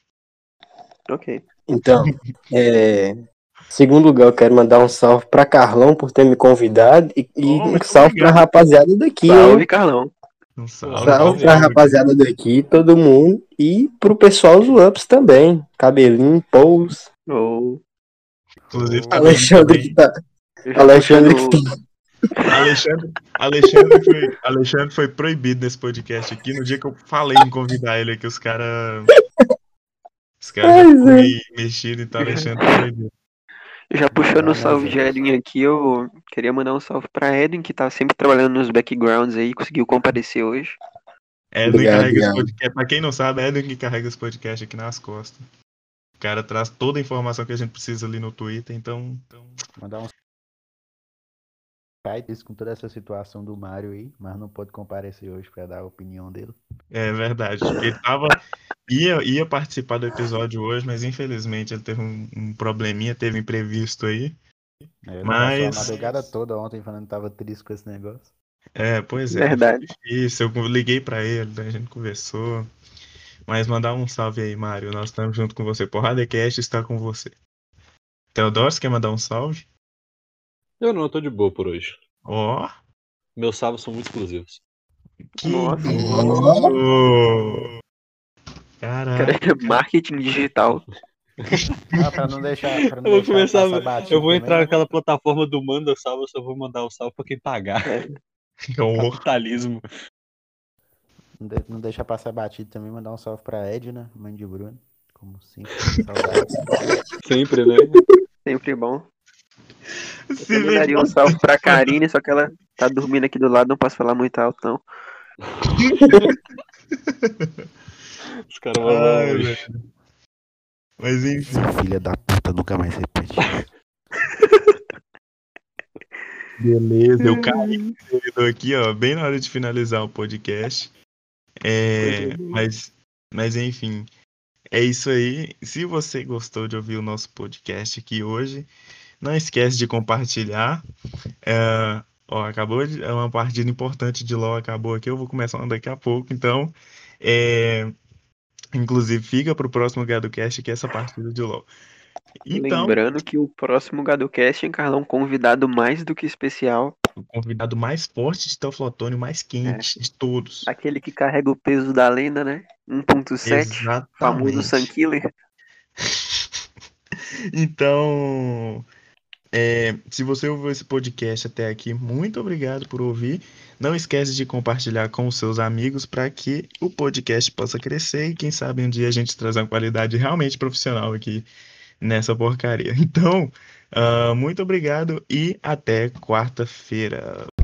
Speaker 5: Ok.
Speaker 6: então, é, segundo lugar, eu quero mandar um salve pra Carlão por ter me convidado e, e
Speaker 1: Oh,
Speaker 6: um
Speaker 1: muito
Speaker 6: salve pra
Speaker 1: obrigado.
Speaker 6: rapaziada daqui,
Speaker 5: Salve,
Speaker 6: hein?
Speaker 5: Carlão.
Speaker 1: Um salve,
Speaker 2: Salve,
Speaker 6: Salve
Speaker 1: salve,
Speaker 6: pra
Speaker 2: salve.
Speaker 1: salve.
Speaker 6: rapaziada daqui, todo mundo. E pro pessoal do Ups também. Cabelinho, Pous,
Speaker 5: Oh,
Speaker 1: Inclusive,
Speaker 2: Oh,
Speaker 1: cabelinho
Speaker 6: Alexandre que
Speaker 1: também.
Speaker 6: tá.
Speaker 5: eu já
Speaker 6: Alexandre que
Speaker 5: puxando.
Speaker 6: tá.
Speaker 1: Alexandre, Alexandre, foi, Alexandre foi proibido nesse podcast aqui. No dia que eu falei em convidar ele aqui, os caras. Os caras já
Speaker 6: Ai,
Speaker 1: ficam
Speaker 6: Zé.
Speaker 1: meio mexidos, então Alexandre tá proibido.
Speaker 5: Já puxando
Speaker 3: Dá,
Speaker 5: o
Speaker 3: né,
Speaker 5: salve
Speaker 3: Zé?
Speaker 5: de Edwin aqui, eu queria mandar um salve pra Edwin, que tá sempre trabalhando nos backgrounds aí, conseguiu comparecer hoje.
Speaker 1: Edwin
Speaker 6: Obrigado,
Speaker 1: carrega esse
Speaker 6: obrigado.
Speaker 1: podcast. Pra quem não sabe, é Edwin que carrega esse podcast aqui nas costas. O cara traz toda a informação que a gente precisa ali no Twitter, então. então...
Speaker 3: Mandar um Kites com toda essa situação do Mario aí, mas não pode comparecer hoje pra dar a opinião dele.
Speaker 1: É verdade. Ele tava. Ia, ia participar do episódio hoje, mas infelizmente ele teve um, um probleminha, teve imprevisto aí.
Speaker 3: É, ele passou a
Speaker 1: Mas.
Speaker 3: madrugada toda ontem falando que tava triste com esse negócio.
Speaker 1: É, pois é.
Speaker 5: Verdade.
Speaker 1: Isso, eu liguei pra ele, a gente conversou. Mas mandar um salve aí, Mário. Nós estamos junto com você. Porradecast está com você. Teodoro, você quer mandar um salve?
Speaker 2: Eu não, eu tô de boa por hoje.
Speaker 1: Ó,
Speaker 2: Meus salvos são muito exclusivos.
Speaker 1: que
Speaker 5: Nossa.
Speaker 1: isso!
Speaker 5: Cara,
Speaker 1: Caraca.
Speaker 5: marketing digital.
Speaker 3: Ah, pra não deixar, pra não
Speaker 2: Eu vou
Speaker 3: deixar
Speaker 2: começar.
Speaker 3: passar batido
Speaker 2: Eu vou
Speaker 3: também,
Speaker 2: entrar
Speaker 3: né?
Speaker 2: naquela plataforma do Manda Salve, eu só vou mandar o salve pra quem pagar.
Speaker 5: É,
Speaker 1: Ó,
Speaker 2: Capitalismo.
Speaker 3: Não, de- não deixar passar batido também, mandar um salve pra Edna, mãe de Bruno. Como sempre, saudades.
Speaker 2: Sempre, né?
Speaker 5: sempre bom. Eu
Speaker 1: se
Speaker 5: também
Speaker 1: vê-
Speaker 5: daria um salve pra Karine, só que ela tá dormindo aqui do lado, não posso falar muito alto, não.
Speaker 2: Os caras vão
Speaker 1: Ai,
Speaker 2: longe.
Speaker 1: velho. Mas enfim.
Speaker 3: Essa filha da puta nunca mais repete.
Speaker 1: Beleza, eu caí no servidor aqui, ó, bem na hora de finalizar o podcast. É, mas, mas enfim, é isso aí. Se você gostou de ouvir o nosso podcast aqui hoje, não esquece de compartilhar. É, ó, acabou de, é uma partida importante de LoL, acabou aqui, eu vou começar uma daqui a pouco, então, é, inclusive, fica pro próximo GadoCast que é essa partida de LoL. Então,
Speaker 5: Lembrando que o próximo GadoCast é Carlão, um convidado mais do que especial.
Speaker 1: o convidado mais forte de Teoflotônio, mais quente de todos.
Speaker 5: Aquele que carrega o peso da lenda, né? um ponto sete, famoso
Speaker 1: Exatamente.
Speaker 5: Sunkiller.
Speaker 1: Então, é, se você ouviu esse podcast até aqui, muito obrigado por ouvir. Não esquece de compartilhar com os seus amigos para que o podcast possa crescer e quem sabe um dia a gente trazer uma qualidade realmente profissional aqui nessa porcaria. Então, ah, muito obrigado e até quarta-feira.